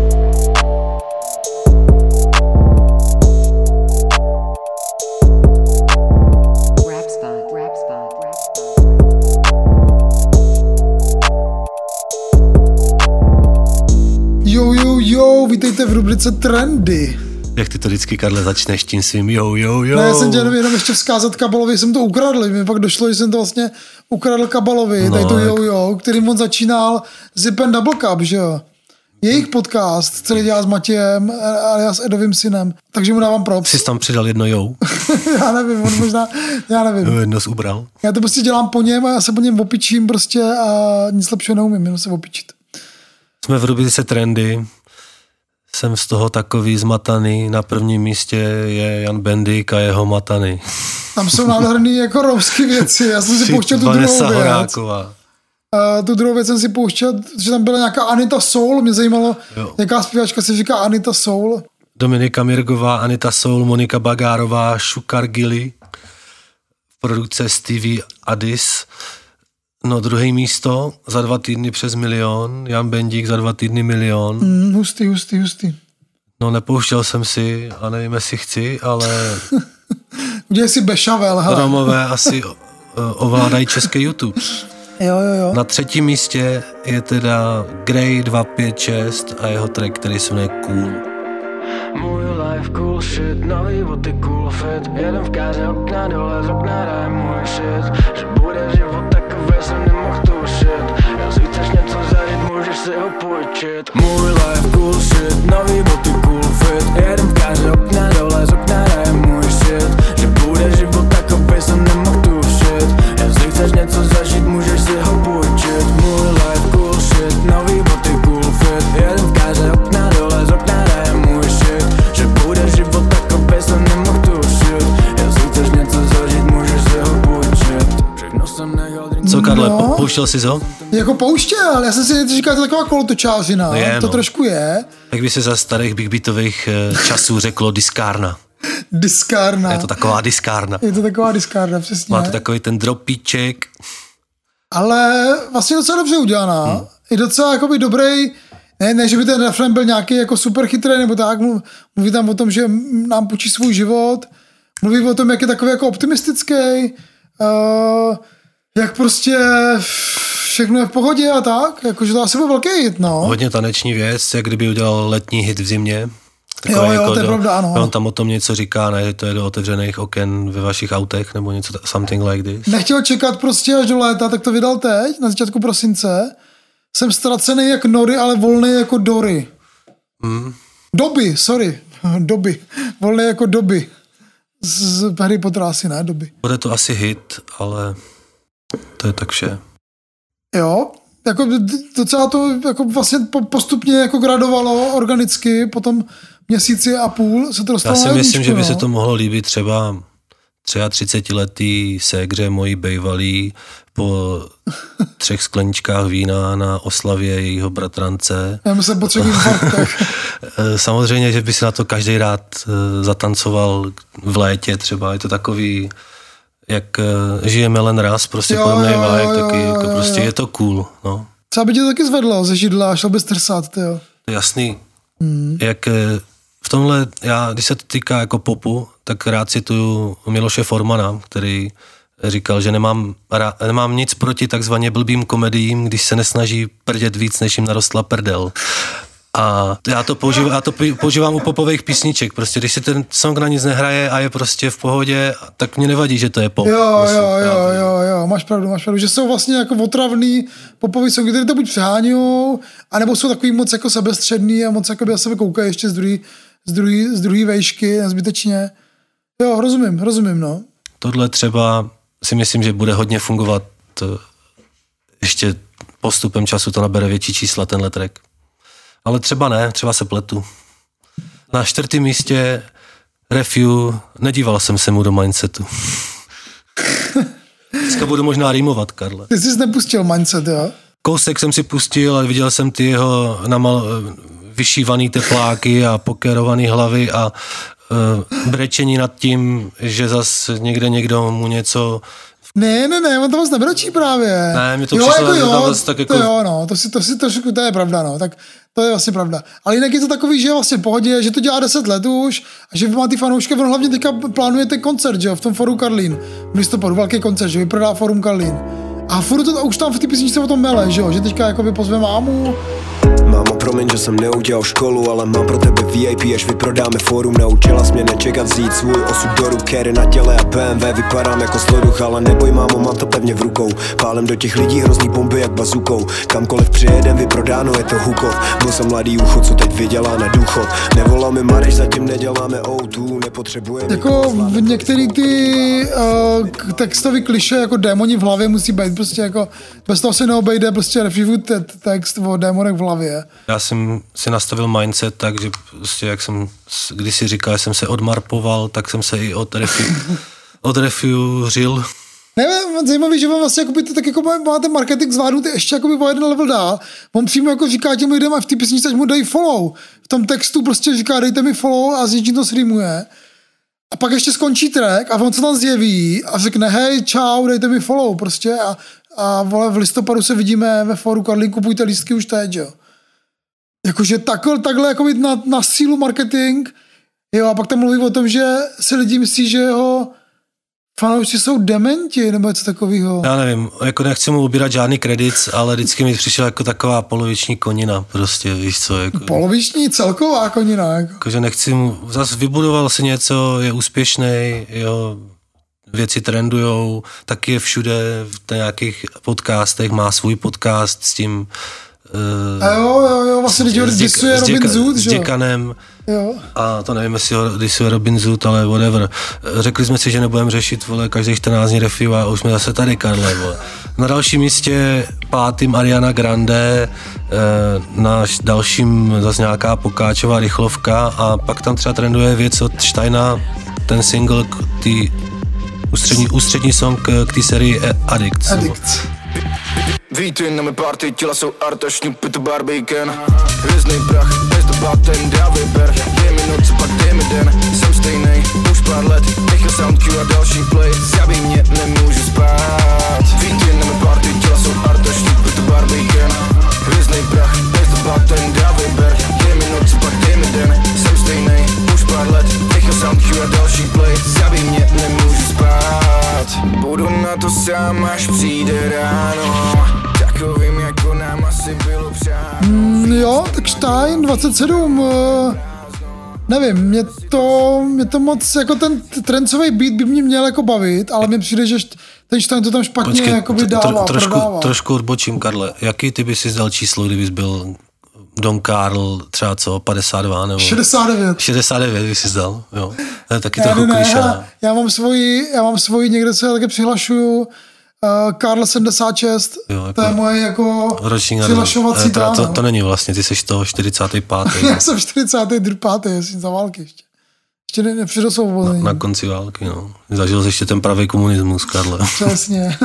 Jo, jo, jo, vítejte v rubrice Trendy.
Jak ty to vždycky, Karle, začneš tím svým jo, jo, jo.
Ne, já jsem tě jenom, jenom ještě vzkázat Kabalovi, jsem to ukradl. Mně pak došlo, že jsem to vlastně ukradl Kabalovi, no, tady to jo, jo, kterým on začínal Zip and Double Cup, že jo. Jejich podcast celý dělá s Matějem a já s Edovým synem, takže mu dávám props.
Jsi tam přidal jedno jo?
Já nevím, on možná, já nevím.
No, jedno jsi ubral.
Já to prostě dělám po něm a já se po něm opičím prostě a nic lepšího neumím, jenom se opičit.
Jsme v rubrice Trendy. Jsem z toho takový zmataný. Na prvním místě je Jan Bendik a jeho matany.
Tam jsou nádherný jako romské věci. Já jsem si pouštěl tu
Vanessa
druhou věc.
Horáková.
A tu druhou věc jsem si pouštěl, že tam byla nějaká Anita Soul. Mě zajímalo, jo. Jaká zpěvačka se říká Anita Soul.
Dominika Mirgová, Anita Soul, Monika Bagárová, Šukar Gili. V produkce Stevie Addis. No druhé místo, za dva týdny přes milion, Jan Bendik za dva týdny milion.
Mm, hustý, hustý, hustý.
No nepouštěl jsem si a nevím, jestli chci, ale...
Udělej si bešavel, hele.
Romové asi ovládají český YouTube.
Jo, jo, jo.
Na třetím místě je teda Grey dva pět šest a jeho track, který se jmenuje Cool.
Můj life cool shit, nový boty cool fit, jedem v káře okna dole, z okna hraje můj shit, že bude život takový, jsem nemohl tušit, já si chceš něco zažít, můžeš si ho půjčit. Můj life cool shit, nový boty cool fit, jedem v káře okna dole, z okna hraje můj shit, že bude život takový, jsem nemohl tušit, já si chceš něco zažít, můžeš si ho půjčit. Můj life cool shit, nový boty cool fit, jedem v káře okna dole, z okna hraje můj shit, že bude život takový, jsem nemohl tušit, já si chceš něco zažít, můžeš si ho půjčit. Všechno jsem nechal drink.
Co, Karle,
No.
po- pouštěl jsi to?
Jako pouštěl, já jsem si říkal, to je taková kolotočářina,
Je,
to
no.
trošku je.
Jak by se za starých big beatových eh, časů řeklo diskárna.
Diskárna.
Je to taková diskárna.
Je to taková diskárna, přesně.
Máte takový ten dropíček.
Ale vlastně docela dobře udělaná. Hmm. Je docela jakoby dobrý, ne, ne, že by ten refren byl nějaký jako super chytrý, nebo tak, mluví tam o tom, že nám půjčí svůj život, mluví o tom, jak je takový jako optimistický, uh, jak prostě všechno je v pohodě a tak, jakože to asi byl velký hit, no.
Hodně taneční věc, jak kdyby udělal letní hit v zimě.
Jo, jo,
jako
to je
do,
pravda, ano.
On tam o tom něco říká, ne, že to je do otevřených oken ve vašich autech, nebo něco, something like this.
Nechtěl čekat prostě až do léta, tak to vydal teď, na začátku prosince. Jsem ztracený jak Nory, ale volný jako Dory.
Mm.
Doby, sorry, doby. Volný jako doby. Z Harry Pottera asi ne, doby.
Bude to asi hit, ale to je tak vše.
Jo, jako docela to jako vlastně postupně jako gradovalo organicky, potom měsíci a půl se to dostalo
Já si
na
myslím,
jedničku,
že by
no.
se to mohlo líbit třeba třicetiletý ségře mojí bejvalý po třech skleničkách vína na oslavě jejího bratrance.
Já myslím po třech infarktech.
Samozřejmě, že by si na to každý rád zatancoval v létě třeba. Je to takový, jak žijeme len raz, prostě
Jo,
podobný
jo,
vibe,
jo,
taky
jo,
jako
jo,
prostě
jo.
je to cool, no.
Třeba by tě to taky zvedlo ze židla a šel bys trsat, tyjo.
Jasný.
Hmm.
Jak v tomhle, já, když se to týká jako popu, tak rád cituju Miloše Formana, který říkal, že nemám, nemám nic proti takzvaně blbým komediím, když se nesnaží prdět víc, než jim narostla prdel. A já to používám, já to používám u popových písniček, prostě když si ten song na nic nehraje a je prostě v pohodě, tak mě nevadí, že to je pop.
Jo,
prostě,
jo, jo, jo, jo, máš pravdu, máš pravdu, že jsou vlastně jako otravný popový songy, které to buď přeháňujou, anebo jsou takový moc jako sebestředný a moc jako by na sebe koukají ještě z druhý, z druhý, z druhý vejšky, nezbytečně. Jo, rozumím, rozumím, no.
Tohle třeba si myslím, že bude hodně fungovat ještě postupem času, to nabere větší čísla, tenhle track. Ale třeba ne, třeba se pletu. Na čtvrtém místě Refu, nedíval jsem se mu do Mindsetu. Dneska budu možná rýmovat, Karle.
Ty jsi nepustil Mindset, jo?
Kousek jsem si pustil, ale viděl jsem ty jeho namal, vyšívaný tepláky a pokerovaný hlavy a uh, brečení nad tím, že zas někde někdo mu něco...
Ne, ne, ne, on to moc nebrečí právě.
Ne, mi to jo, přišlo,
jako jo,
zase tak jako...
To jo, no, to si, to si trošku, to je pravda, no, tak to je vlastně pravda. Ale jinak je to takový, že je vlastně v pohodě, že to dělá deset let už a že má ty fanoušky, on hlavně teďka plánuje ten koncert, že jo, v tom Foru Karlín, v listopadu, velký koncert, že vyprodá Forum Karlín. A furt to už tam v té písničce o tom mele, že jo, že teďka jako pozve mámu.
Mámo, promiň, že jsem neudělal školu, ale mám pro tebe V I P, až vyprodáme fórum. Naučila jsi mě nečekat, vzít svůj osud do ruk, kery na těle a B M W, vypadám jako sloduch, ale neboj, mámo, mám to pevně v rukou. Pálem do těch lidí hrozný bomby jak bazukou. Kamkoliv přijedem, vyprodáno, je to hukov. Byl jsem mladý ucho, co teď vydělá na důchod. Nevolal mi Mareš, zatím neděláme O dva, nepotřebujeme...
Jako v některý ty uh, textový kliše, jako démoni v hlavě musí být prostě jako, bez toho se neobejde prostě Refu text o démonech v hlavě.
Já jsem si nastavil mindset tak, že prostě jak jsem, když si říkal, že jsem se odmarpoval, tak jsem se i od Refu, od Refu řil.
Nevím, zajímavý, že on vlastně jakoby, tak jako má ten marketing zvládnutý ještě jakoby o jeden level dál. On přímo jako říká těm lidem a v té písničce, mu dají follow. V tom textu prostě říká, dejte mi follow a s něčím to streamuje. A pak ještě skončí track a on se tam zjeví a řekne, hej, čau, dejte mi follow prostě a, a vole, v listopadu se vidíme ve Foru Karlín, kupujte lístky už teď, jo. Jakože takhle, takhle jako na, na sílu marketing, jo, a pak tam mluví o tom, že si lidi myslí, že jeho fanoušci jsou dementi, nebo něco takového.
Já nevím, jako nechci mu ubírat žádný kredit, ale vždycky mi přišel jako taková poloviční konina, prostě, víš co. Jako,
poloviční celková konina, jako.
Jakože nechci mu, zase vybudoval si něco, je úspěšný, jo, věci trendujou, taky je všude v nějakých podcastech, má svůj podcast s tím
Uh, a jo, jo, jo, vlastně když ho disuje Robin Zoot, že?
S Děkanem.
Jo.
A to nevím, jestli ho disuje Robin Zoot, ale whatever. Řekli jsme si, že nebudeme řešit, vole, každých čtrnáct dní Refu a už jsme zase tady, Karle, vole. Na dalším místě pátým Ariana Grande, na dalším zase nějaká pokáčová rychlovka a pak tam třeba trenduje věc od Steina, ten single, tý ústřední, ústřední song k té sérii Addicts.
Addicts.
Vítej na mé party, těla jsou arta, šňupy to barbecue. Hvězdnej prach, bez dobaten, dá vyber. Dej mi noc, pak dej mi den. Jsem stejnej, už pár let. Nechal soundcue a další play. Zabij mě, nemůžu spát. Vítej na mé party, těla jsou arta, šňupy to barbecue. Hvězdnej prach, bez dobaten, dá vyber. Dej mi noc, pak dej mi den. Jsem stejnej, už pár let. Nechal soundcue a další play. Zabij mě, nemůžu spát. Budu na to sám, až přijde ráno. Takovým jako nám asi bylo přát.
Mm, jo, tak Stein dvacet sedm, uh, nevím, mě to, mě to moc, jako ten trencový beat by mě měl jako bavit, ale mně přijde, že ten Stein to tam špatně
Počkej,
jakoby dává,
tro, trošku,
prodává.
trošku odbočím, Karle. Jaký ty bys si dal číslo, kdybys byl Don Karl, třeba co, padesát dva nebo...
šedesát devět.
šedesát devět bys si dal, jo. To je taky
Já
trochu
ne,
klišé.
já, já mám svoji, já mám svoji, někde se také přihlašuju, uh, Karl sedmdesát šest,
Jo, jako
to je moje jako
ročník
přihlašovací
to, to,
dán.
to není vlastně, ty seš toho čtyřicátý pátý
Já jsem čtyřicátý pátý jsem za války ještě. Ještě ne, nepřišel svobodný.
Na, na konci války, no. Zažil jsi ještě ten pravý komunismus, Karle.
Přesně.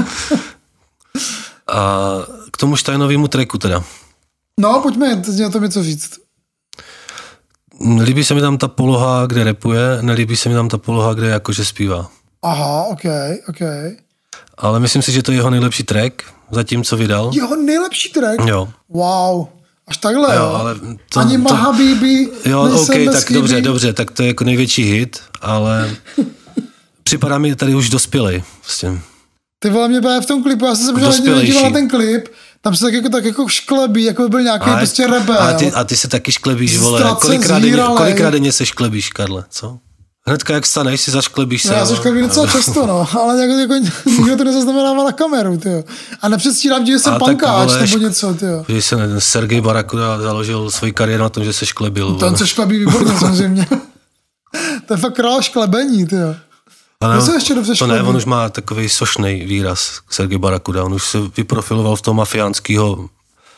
A k tomu Steinovému tracku teda.
No, pojďme o tom něco říct.
Líbí se mi tam ta poloha, kde rapuje, nelíbí se mi tam ta poloha, kde jakože zpívá.
Aha, ok, ok.
Ale myslím si, že to je jeho nejlepší track, zatím, co vydal.
Jeho nejlepší track?
Jo.
Wow. Až takhle,
jo.
jo.
Ale to,
Ani
to,
Maha Bibi,
jo, ok, tak
chybí.
dobře, dobře, tak to je jako největší hit, ale připadá mi tady už dospělej. Vlastně.
Ty vole, mě právě v tom klipu, já jsem se možná nedíval na ten klip, Tam se tak jako, tak jako šklebí, jako by byl nějaký a prostě rebel.
A ty, a ty se taky šklebíš, vole. Kolikrát denně, kolikrát denně se šklebíš, Karle, co? Hnedka jak staneš, si zašklebíš se.
No, já se šklebím docela často, no, ale jako, jako nikdo to nezaznamenává na kameru, tyjo. A nepředstírám, že jsem pankáč nebo něco, tyjo.
Že se Sergej Barakuda založil svoji kariéru na tom, že se šklebil.
Ten se šklebí výborně, samozřejmě. To je fakt král šklebení, tyjo.
Ale no, to ne, on už má takový sošnej výraz, Sergej Barakuda. On už se vyprofiloval v toho mafiánského uh,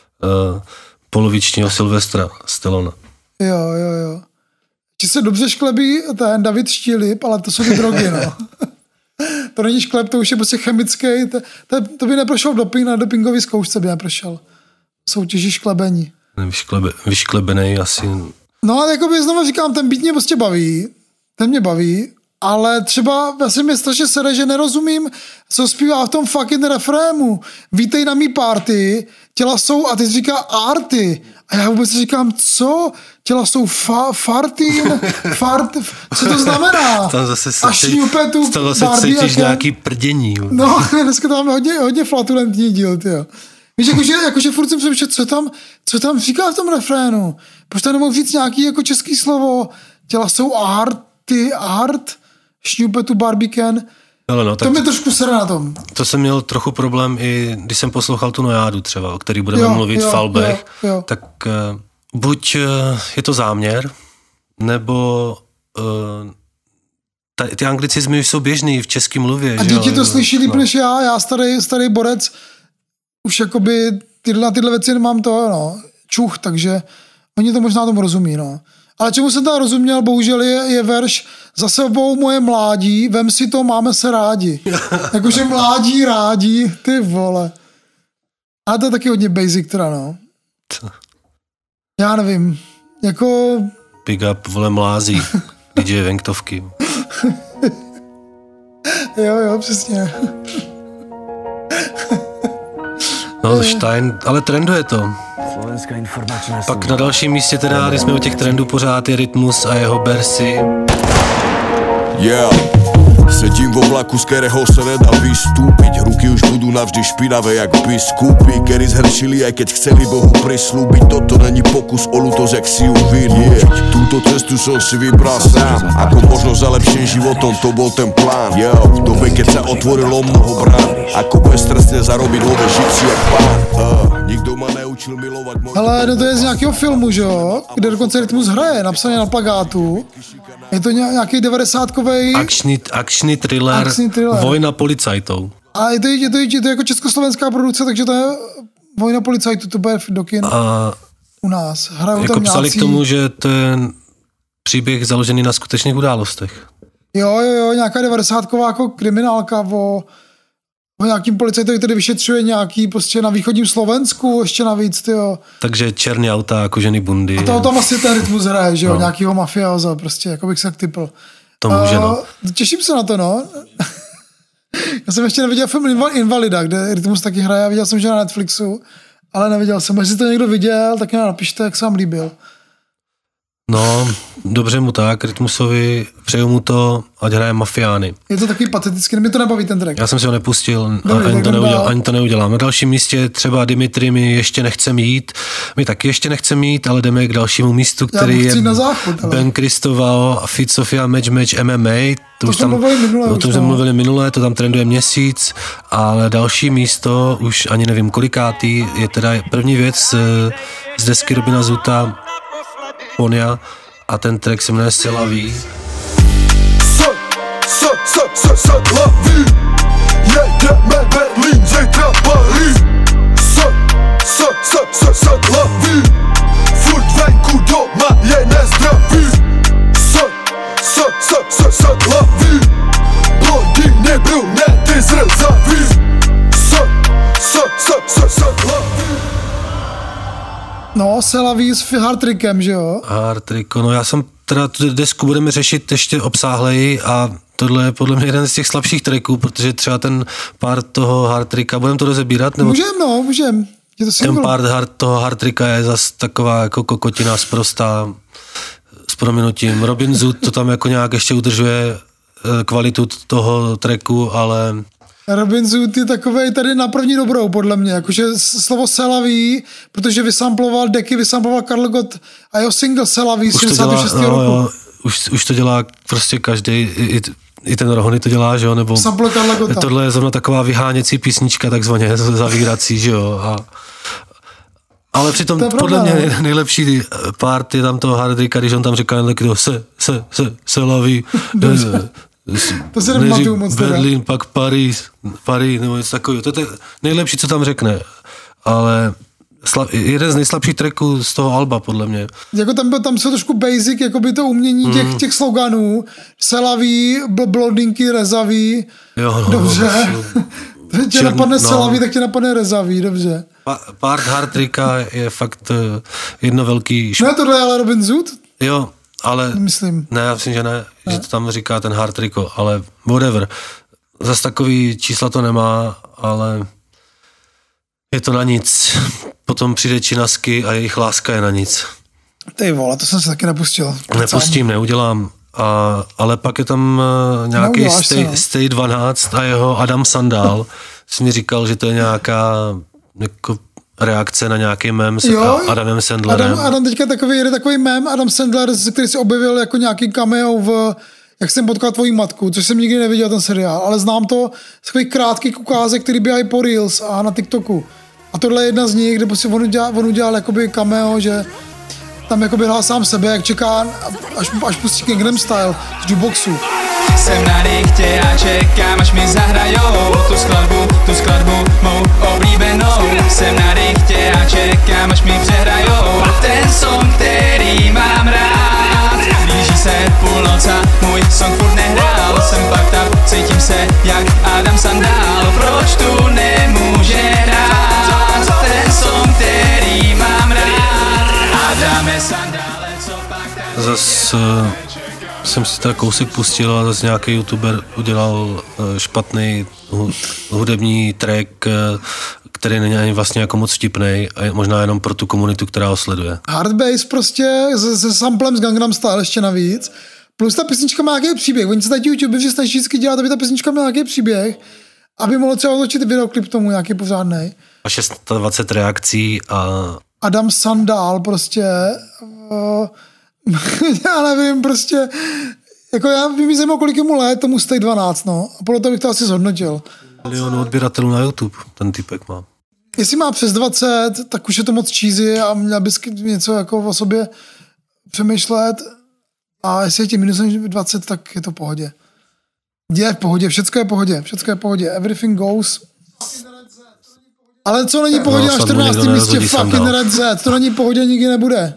polovičního Sylvestra Stallona.
Jo, jo, jo. Či se dobře šklebí ten David Štílip, ale to jsou ty drogy, no. To není škleb, to už je prostě chemický. To, to, to by neprošel doping, na dopingový zkoušce by neprošel. Soutěží šklebení.
Vyšklebe, vyšklebený asi.
No a jakoby znovu říkám, ten beat mě prostě baví. Ten mě baví. Ale třeba, já si mě strašně sere, že nerozumím, co zpívá v tom fucking refrému. Vítej na mý party, těla jsou, a ty říká arty. A já vůbec říkám, co? Těla jsou fa, fartin, fart, co to znamená?
Tam zase se,
a šňupe tu
tam zase cítíš nějaký prdění.
No, dneska tam máme hodně, hodně flatulentní díl, tyjo. Víš, jakože, jakože furt jsem přemýšlel, co tam, co tam říká v tom refrénu? Proč tam nemohu říct nějaký jako český slovo? Těla jsou arty, art, šňupe tu barbiken.
Ale no,
to mě trošku sere na tom.
To jsem měl trochu problém i když jsem poslouchal tu Nojádu třeba, o který budeme
jo,
mluvit
jo,
v Falbech,
jo, jo.
tak uh, buď uh, je to záměr, nebo uh, ta, ty anglicizmy už jsou běžný v české mluvě.
A děti to slyší líp no. než já, já starý, starý borec, už jakoby tyhle, na tyhle věci nemám to, no, čuch, takže oni to možná tomu rozumí, no. Ale čemu jsem tam rozuměl, bohužel je, je verš za sebou moje mládí, vem si to, máme se rádi. Jakože mládí, rádi, ty vole. A to je taky hodně basic teda, no. Já nevím, jako...
Big up, vole, mlází, dý džej Venktovky.
Jo, jo, přesně.
No, Stein, ale trenduje to. Pak na dalším místě teda, když jsme u těch trendů pořád, je Rytmus a jeho Bersi.
Yeah. Sedím vo vlaku, z kterého se nedá vystúpiť. Ruky už budú navždy špinavé jak biskupy, kedy zhrešili, aj keď chceli Bohu prislúbiť. Toto není pokus o ľútosť, jak si ju vynútiť. Túto cestu som si vybral sám, ako možno za lepším životom, to bol ten plán. Yo, v dobe, keď sa otvorilo mnoho brán, ako beztrestne zarobiť nové žiť si jak pán. uh, Nikdo ma neučil milovať môj...
Hele, no to je z nějakého filmu, že jo? Kde dokonce Rytmus hraje, napsaný na plagátu. Je to nějaký devadesátkovej...
Akční, akční thriller, akční thriller. Vojna policajtou.
A je to, je, to, je to jako československá produkce, takže to je Vojna policajtů, to bude do kin
a
u nás. Hrajou
jako
tam
psali
nějací...
k tomu, že to je příběh založený na skutečných událostech.
Jo, jo, jo, nějaká devadesátková jako kriminálka o, o nějakým policajtovi, který vyšetřuje nějaký prostě na východním Slovensku, ještě navíc, tyjo.
Takže černý auta a kožený bundy.
A toho tam asi ten Rytmus hraje, že jo,
no.
Nějakýho mafioza, prostě, jako bych se tak typl.
To může, no.
Uh, těším se na to, no. Já jsem ještě neviděl film Invalida, kde Rytmus taky hraje, viděl jsem, že na Netflixu, ale neviděl jsem. Jestli to někdo viděl, tak mě napište, jak se vám líbil.
No, dobře mu tak, Rytmusovi, přeju mu to, ať hraje mafiány.
Je to takový patetický, mě to nebaví ten track.
Já jsem si ho nepustil,
Dobrý,
ani, to neudělám, ani to neudělám. Na dalším místě třeba Dimitri mi ještě nechcem jít, my taky ještě nechcem jít, ale jdeme k dalšímu místu, který je
záchod,
Ben Kristoval a Fit Sofia Match Match M M A. To,
to
už tam,
minule,
o tom jsme mluvili minule, to tam trenduje měsíc, ale další místo, už ani nevím kolikátý, je teda první věc z, z desky Robina Zuta, Ponia, a ten track se jmenuje C'est la vie.
C'est, c'est, c'est, c'est, c'est la vie. Jedeme Berlín, zítra Paris. C'est, c'est, c'est, c'est, c'est la vie. Furt venku doma je nezdraví. C'est, c'est, c'est, c'est, c'est la vie. Blondýny brunety zrzaví. C'est, c'est, c'est, c'est, c'est la vie.
No, C'est la vie s Hardtrickem, že jo?
Hardtrick, no já jsem teda tu desku budeme řešit ještě obsáhleji a tohle je podle mě jeden z těch slabších tracků, protože třeba ten part toho Hardtricka, budeme to rozebírat? Nebo
můžem, no, můžem. Je to
ten part hard, toho Hardtricka je zas taková jako kokotina sprostá s prominutím. Robin Zoot to tam jako nějak ještě udržuje kvalitu toho tracku, ale
Robin Zoot je takovej tady na první dobrou, podle mě. Jakože slovo Selaví, protože vysamploval deky, vysamploval Karl Gott a jeho single Selaví z šedesátého šestého
no,
roku.
Jo, už, už to dělá prostě každý, i, i ten Rohony to dělá, že jo, nebo
Sample Karla Gotta.
Tohle je zrovna taková vyháněcí písnička, takzvaně zavírací, že jo. A, ale přitom
to
podle
pravda,
mě nejlepší part je tam toho Hardricka, když on tam říká jen taky to se, se, se, Selaví.
To se nepamatuju moc teda.
Berlín, pak Paris, Paris, nebo něco takového. To je nejlepší, co tam řekne. Ale slab, jeden z nejslabších tracků z toho alba, podle mě.
Jako tam, tam jsou trošku basic, jako by to umění těch, mm. těch sloganů. Selaví, blondinky, rezaví.
Jo, no,
dobře.
No,
tě napadne no. Selaví, tak tě napadne rezaví, dobře.
Pa, part Hardricka je fakt jedno velký...
Šp... No tohle je ale Robin Zoot?
Jo, ale...
Myslím.
Ne, já myslím, že ne, ne. Že to tam říká ten Hardricko, ale whatever. Zas takový čísla to nemá, ale je to na nic. Potom přijde Činasky a jejich láska je na nic.
Ty vole, to jsem se taky nepustil.
Nepustím, neudělám. A, ale pak je tam uh, nějaký
Neuděláš
Stay,
se, no.
Stay dvanáct a jeho Adam Sandál. Jsi mi říkal, že to je nějaká jako reakce na nějaký mem s jo, Adamem Sandlerem.
Adam, Adam teďka takový, jede takový mem, Adam Sandler, který se objevil jako nějaký cameo v Jak jsem potkal tvoji matku, což jsem nikdy neviděl ten seriál, ale znám to z takových krátkých ukázek, který běhají po Reels a na TikToku. A tohle je jedna z nich, kde prostě on udělal, on udělal jakoby cameo, že tam jakoby hrál sám sebe, jak čeká, až, až pustí Gangnam Style z jukeboxu.
Jsem na richtě a čekám, až mi zahrajou tu skladbu, tu skladbu mou oblíbenou. Jsem na richtě a čekám, až mi přehrajou ten song, který mám rád. Blíží se půlnoc a můj song furt nehrál. Jsem pak tam, cítím se jak Adam Sandál. Proč tu nemůže hrát ten song, který mám rád? Adame Sandále, co pak tady...
Zas uh, jsem si teda kousek pustil a zase nějaký youtuber udělal uh, špatný hu, hudební track, uh, který není ani vlastně jako moc vtipnej a je možná jenom pro tu komunitu, která ho sleduje.
Hard bass prostě se, se samplem z Gangnam Style ještě navíc. Plus ta písnička má nějaký příběh. Oni se tady YouTube že snaží vždycky dělat, aby ta písnička měla nějaký příběh, aby mohlo třeba otočit videoklip tomu nějaký pořádnej.
A dvacet šest reakcí a...
Adam Sandál prostě... Uh, já nevím, prostě... Jako já vím, zajímavé, kolik je mu let, tomu Stay dvanáct, no. A podle toho bych to asi zhodnotil.
Milionu odběratelů na YouTube ten typek má.
Jestli má přes dvacet, tak už je to moc cheesy a měl bys něco jako o sobě přemýšlet. A jestli je ti minus dvacet, tak je to v pohodě. Je v pohodě, všecko je v pohodě, všecko je v pohodě. Everything goes. Ale co není v pohodě no, na čtrnáctém místě fucking Red Z, to není v pohodě, nikdy nebude.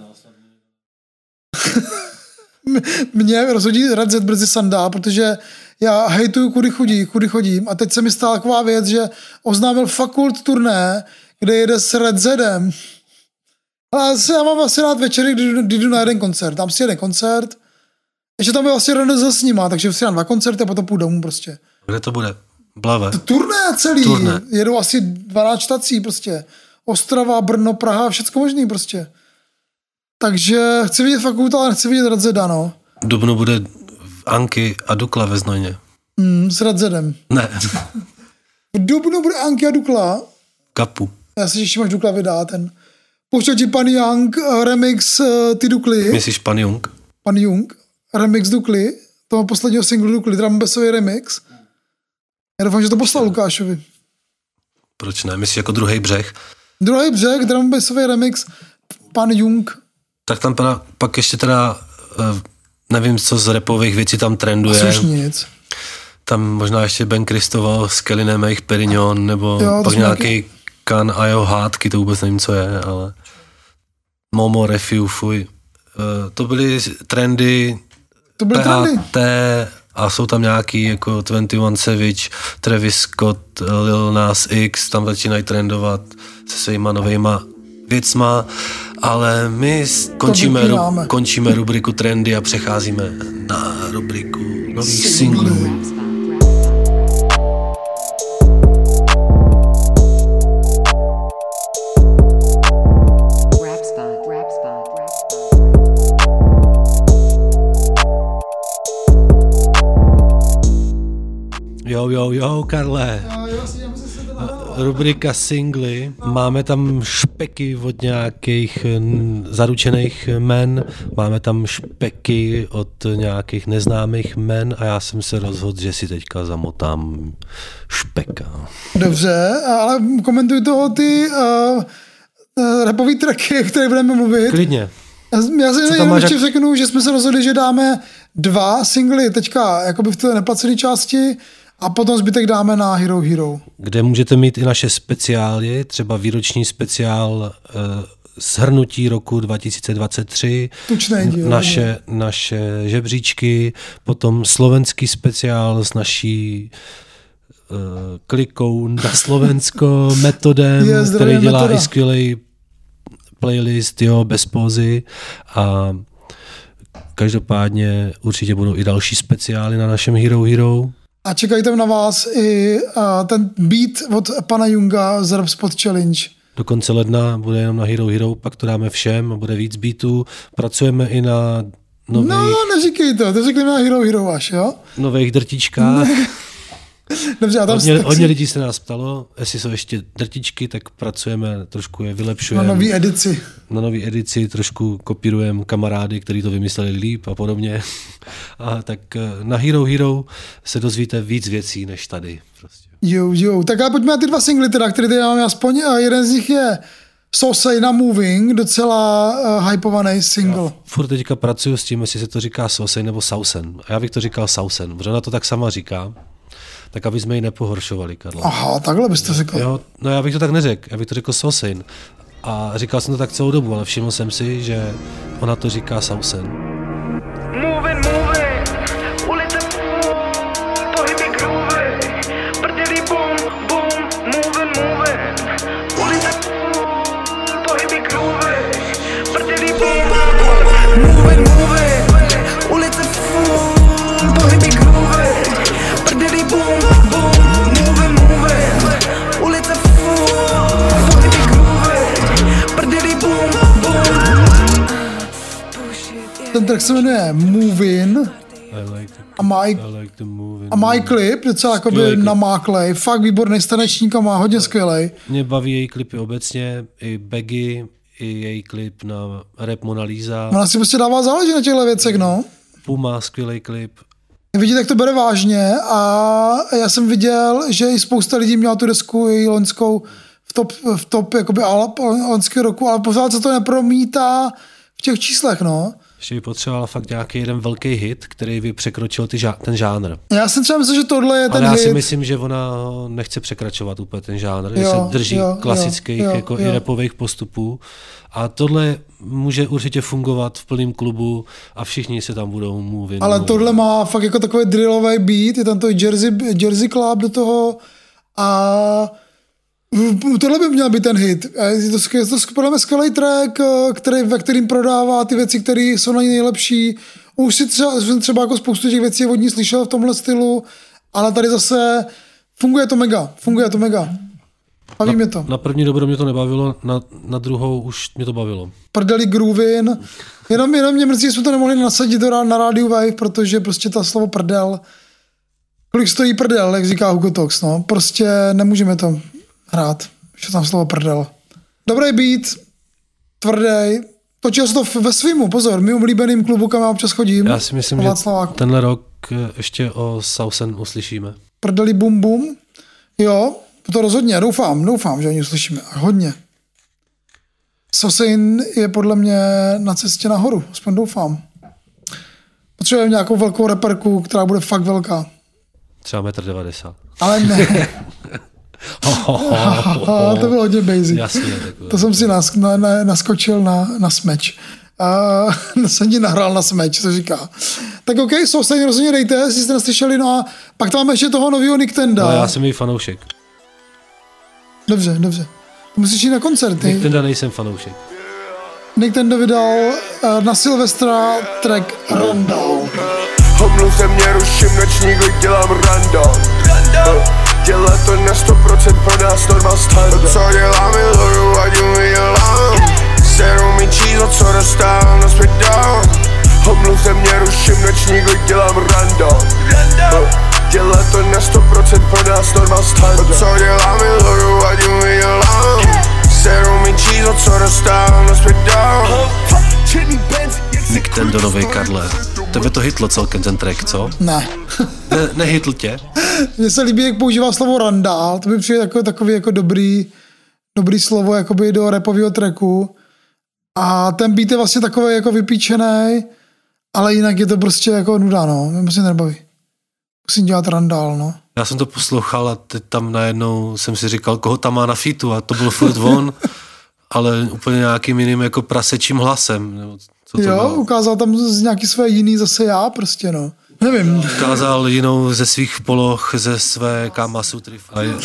Mě rozhodí Red Z brzy Sandál, protože já hejtuju, kudy chodí, kudy chodím a teď se mi stala taková věc, že oznámil fakult turné, kde jede s Red Zem. A já mám asi rád večery, kdy, kdy jdu na jeden koncert. Tam si jeden koncert, ještě tam je vlastně Red Z s nima, takže si dám dva koncerty a potom půjdu domů prostě.
Kde to bude? Blave?
To turné celý. Turné. Jedou asi dvanáct štací prostě. Ostrava, Brno, Praha, všecko možný prostě. Takže chci vidět fakultu, ale nechci vidět Red Zeda, no.
V dubnu bude Anky a Dukla ve Znojmě.
Mm, s Red Zedem.
Ne.
V dubnu bude Anky a Dukla.
Kapu.
Já si ještě máš Dukla vydá ten. Pouštěl ti pan Young remix uh, ty Dukly.
Myslíš pan Jung?
Pan Jung. Remix Dukly. Toho posledního singlu Dukly. Drumbassový remix. Já doufám, že to poslal Lukášovi.
Proč ne? Myslíš jako druhý břeh?
Druhý břeh, drumbassový remix pan Jung.
Tak tam pra, pak ještě teda nevím, co z rapových věcí tam trenduje.
Už nic.
Tam možná ještě Ben Kristoval s Kellinem jejich Perignon, nebo
jo,
pak nějaký Kan a jeho hádky, to vůbec nevím, co je, ale Momo, Refiu, fuj. To byly trendy
to byly
P A T
trendy.
A jsou tam nějaký jako dvacet jedna Savage, Travis Scott, Lil Nas X, tam začínají trendovat se svýma novejma věcma, ale my končíme, ru, končíme rubriku trendy a přecházíme na rubriku nových singlů. Jo, jo, jo, Karle. Rubrika singly. Máme tam špeky od nějakých zaručených men, máme tam špeky od nějakých neznámých men a já jsem se rozhodl, že si teďka zamotám špeka.
Dobře, ale komentuj toho ty uh, uh, rapový tracky, o kterých budeme mluvit.
Klidně.
Já, já si jenom ještě jak... řeknu, že jsme se rozhodli, že dáme dva singly teďka jakoby v té neplacené části a potom zbytek dáme na Hero Hero.
Kde můžete mít i naše speciály, třeba výroční speciál uh, shrnutí roku dva tisíce dvacet tři,
Tučný díl,
naše, naše žebříčky, potom slovenský speciál s naší uh, klikou na Slovensko, Metodem, je, který dělá metoda. I skvělej playlist, jo, bez pózy a každopádně určitě budou i další speciály na našem Hero Hero.
A čekají tam na vás i uh, ten beat od pana Junga z Rap Spot Challenge.
Do konce ledna bude jenom na Hero Hero, pak to dáme všem a bude víc beatů. Pracujeme i na nových...
No, neříkej to, to řekli na Hero Hero až, jo?
Nových drtičkách.
Dobře, a tam
hodně, hodně lidí se nás ptalo, jestli jsou ještě drtičky, tak pracujeme, trošku je vylepšujeme.
Na nový edici.
Na nový edici, trošku kopírujeme kamarády, kteří to vymysleli líp a podobně. A tak na Hero Hero se dozvíte víc věcí než tady. Prostě.
Jo, jo, tak a pojďme na ty dva singly teda, které tady máme aspoň, a jeden z nich je Sosej na Moving, docela uh, hypovaný single.
Já furt teďka pracuju s tím, jestli se to říká Sosej nebo Sausen. A já bych to říkal Sausen, protože ona to tak sama říká. Tak aby jsme ji nepohoršovali, Karla.
Aha, takhle bys to řekl.
Jo, no já bych to tak neřekl, já bych to řekl Sosin. A říkal jsem to tak celou dobu, ale všiml jsem si, že ona to říká Sausen.
Moving, moving, ulice, pohyby groovy, prdeli boom, boom, moving, moving, ulice, pohyby groovy, prdeli boom, moving, moving, ulice, pohyby groovy, prdeli boom, boom, moving, moving, ulice, pohyby groovy, prdeli boom, boom.
Ten track se jmenuje Movin
like
a má i,
like
a má i klip, docela jakoby namáklej, fakt výborný stanečník a má hodně skvělej.
Mě baví její klipy obecně, i Baggy, i její klip na Rap Mona Lisa.
Ona si prostě dává záleží na těchto věcech, no.
Puma, skvělej klip.
Vidíte, jak to bere vážně a já jsem viděl, že i spousta lidí měla tu desku její loňskou v top, v top jakoby loňského roku, ale pořád se to nepromítá v těch číslech, no.
Ještě by potřebovala fakt nějaký jeden velký hit, který by překročil ty žá- ten žánr.
Já jsem třeba myslel, že tohle je ten
ale já
hit.
si myslím, že ona nechce překračovat úplně ten žánr,
jo,
že se drží
jo,
klasických
jo,
jako
jo.
i rapových postupů. A tohle může určitě fungovat v plném klubu a všichni se tam budou mluvit.
Ale tohle má fakt jako takový drillový beat, je tam to Jersey, Jersey Club do toho a tohle by měl být ten hit. Je to, je to podle mě skvělý track, který, ve kterým prodává ty věci, které jsou na ní nejlepší. Už si třeba, třeba jako spoustu těch věcí od ní slyšel v tomhle stylu, ale tady zase funguje to mega, funguje to mega. Baví
na,
mě to.
Na první dobro mě to nebavilo, na, na druhou už mě to bavilo.
Prdeli groovin. Jenom, jenom mě mrzí, že jsme to nemohli nasadit do, na rádiu Wave, protože prostě ta slovo prdel, kolik stojí prdel, jak říká Hugo Tox, no. Prostě nemůžeme to hrát, že tam slovo prdel. Dobrý beat, tvrdý. Točil se to ve svýmu, pozor, mým oblíbeným klubu, kam já občas chodím.
Já si myslím, že tenhle rok ještě o Sausen uslyšíme.
Prdeli bum bum. Jo, to rozhodně, doufám, doufám, že oni uslyšíme. Hodně. Sausen je podle mě na cestě nahoru, aspoň doufám. Potřebujeme nějakou velkou reperku, která bude fakt velká.
Třeba metr devadesát.
Ale ne. Ho, ho, ho, ho. To bylo hodně basic.
Jasně, takové.
To jsem si nask, na, na, naskočil na, na smeč. Uh, jsem ti nahrál na smeč, co říká. Tak OK, Sausen rozhodně dejte, jestli jste neslyšeli, no a pak tam máme ještě toho novýho Nick Tenda.
No, já jsem její fanoušek.
Dobře, dobře. Musíš jít na koncerty.
Nick Tenda nejsem fanoušek.
Nick Tenda vydal uh, na Silvestra track Rundown.
Omluvte mě, ruším nočník, dělám rundown. Dělá to na sto procent pro nás normal standard. Co dělám, miluju, ať mi dělám. Seru mi číslo, co dostávám na zpět down. Omluvte mě, ruším nočník, dělám rundown. Dělá to na sto procent nás normal standard. To, co dělám, miluju, ať mi dělám. Seru mi číslo, co dostávám na zpět dál.
Nick Tendo, novej Karle. Tebe to hitlo celkem ten track, co?
Ne.
ne nehitl tě?
Mně se líbí, jak používá slovo randál, to by přijde jako, takový jako dobrý, dobrý slovo jakoby do rapového tracku. A ten beat je vlastně takový jako vypíčený, ale jinak je to prostě jako nuda, no. Mě prostě nebaví. Musím dělat randál, no.
Já jsem to poslouchal a teď tam najednou jsem si říkal, koho tam má na featu a to byl furt on, ale úplně nějakým jiným jako prasečím hlasem. Nebo co to
jo,
bylo?
Ukázal tam z nějaký své jiný zase já prostě, no. Nevím.
Ukázal jinou ze svých poloh, ze své Kamasutry.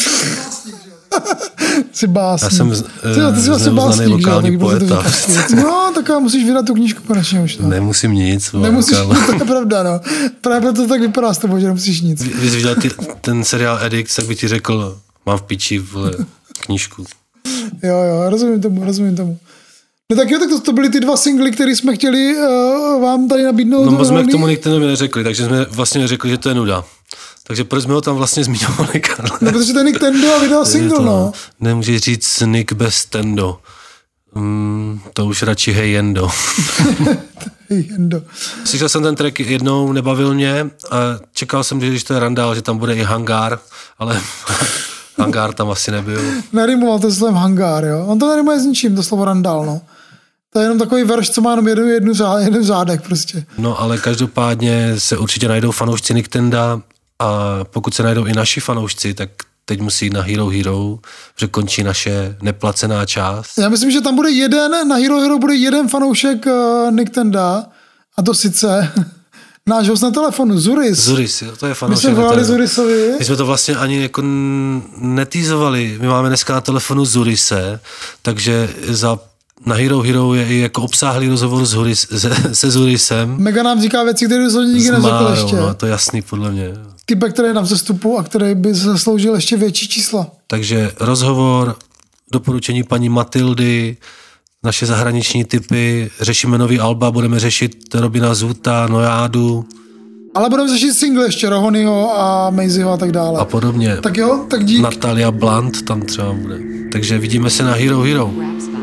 Jsi básník.
Já jsem
ty jsi vlastně
neuznaný lokální poeta.
No, tak musíš vydat tu knížku konečně už. No.
Nemusím nic.
Nemusíš nic, to je pravda, no. Právě proto to tak vypadá s tebou, že nemusíš nic.
Vy jsi viděl ty, ten seriál Addict, tak by ti řekl, mám v piči vle, knížku.
Jo, jo, rozumím tomu, rozumím tomu. No tak jo, tak to, to byly ty dva singly, které jsme chtěli uh, vám tady nabídnout.
No moc jsme k tomu nikdo neřekli, takže jsme vlastně neřekli, že to je nuda. Takže proč jsme ho tam vlastně zmiňovali, Karle?
No, protože to je Nick Tendo a vydal single,
to,
no.
Nemůžeš říct Nick bez Tendo. Mm, to už radši hej Jendo.
Hej Jendo.
Slyšel jsem ten track jednou, nebavil mě a čekal jsem, že když to je randál, že tam bude i hangár, ale hangár tam asi nebyl.
Nerimoval to slovem hangár, jo. On to nerimuje s ničím, to slovo randál, no. To je jenom takový verš, co má jenom jednu, jednu řád, jeden řádek prostě.
No ale každopádně se určitě najdou fanoušci Nick Tenda a pokud se najdou i naši fanoušci, tak teď musí jít na Hero Hero, že končí naše neplacená část.
Já myslím, že tam bude jeden, na Hero Hero bude jeden fanoušek uh, Nick Tenda, a to sice náš host na telefonu, Zuris.
Zuris, jo, to je fanoušek.
My jsme volali Zurisovi.
My jsme to vlastně ani jako netýzovali. My máme dneska na telefonu Zurise, takže za na Hero Hero je i jako obsáhlý rozhovor s Huris, se, se Zurisem.
Mega nám říká věci, které jsem nikdy neřekl ještě.
No, to je jasný podle mě.
Typek, který je na vzestupu a který by zasloužil ještě větší čísla.
Takže rozhovor, doporučení paní Matildy, naše zahraniční typy, řešíme nový alba, budeme řešit Robina Zuta, Nojádu.
Ale budeme řešit single ještě, Rohonyho a Maisyho a tak dále.
A podobně.
Tak jo, tak dík.
Natalia Blunt tam třeba bude. Takže vidíme se na Hero Hero.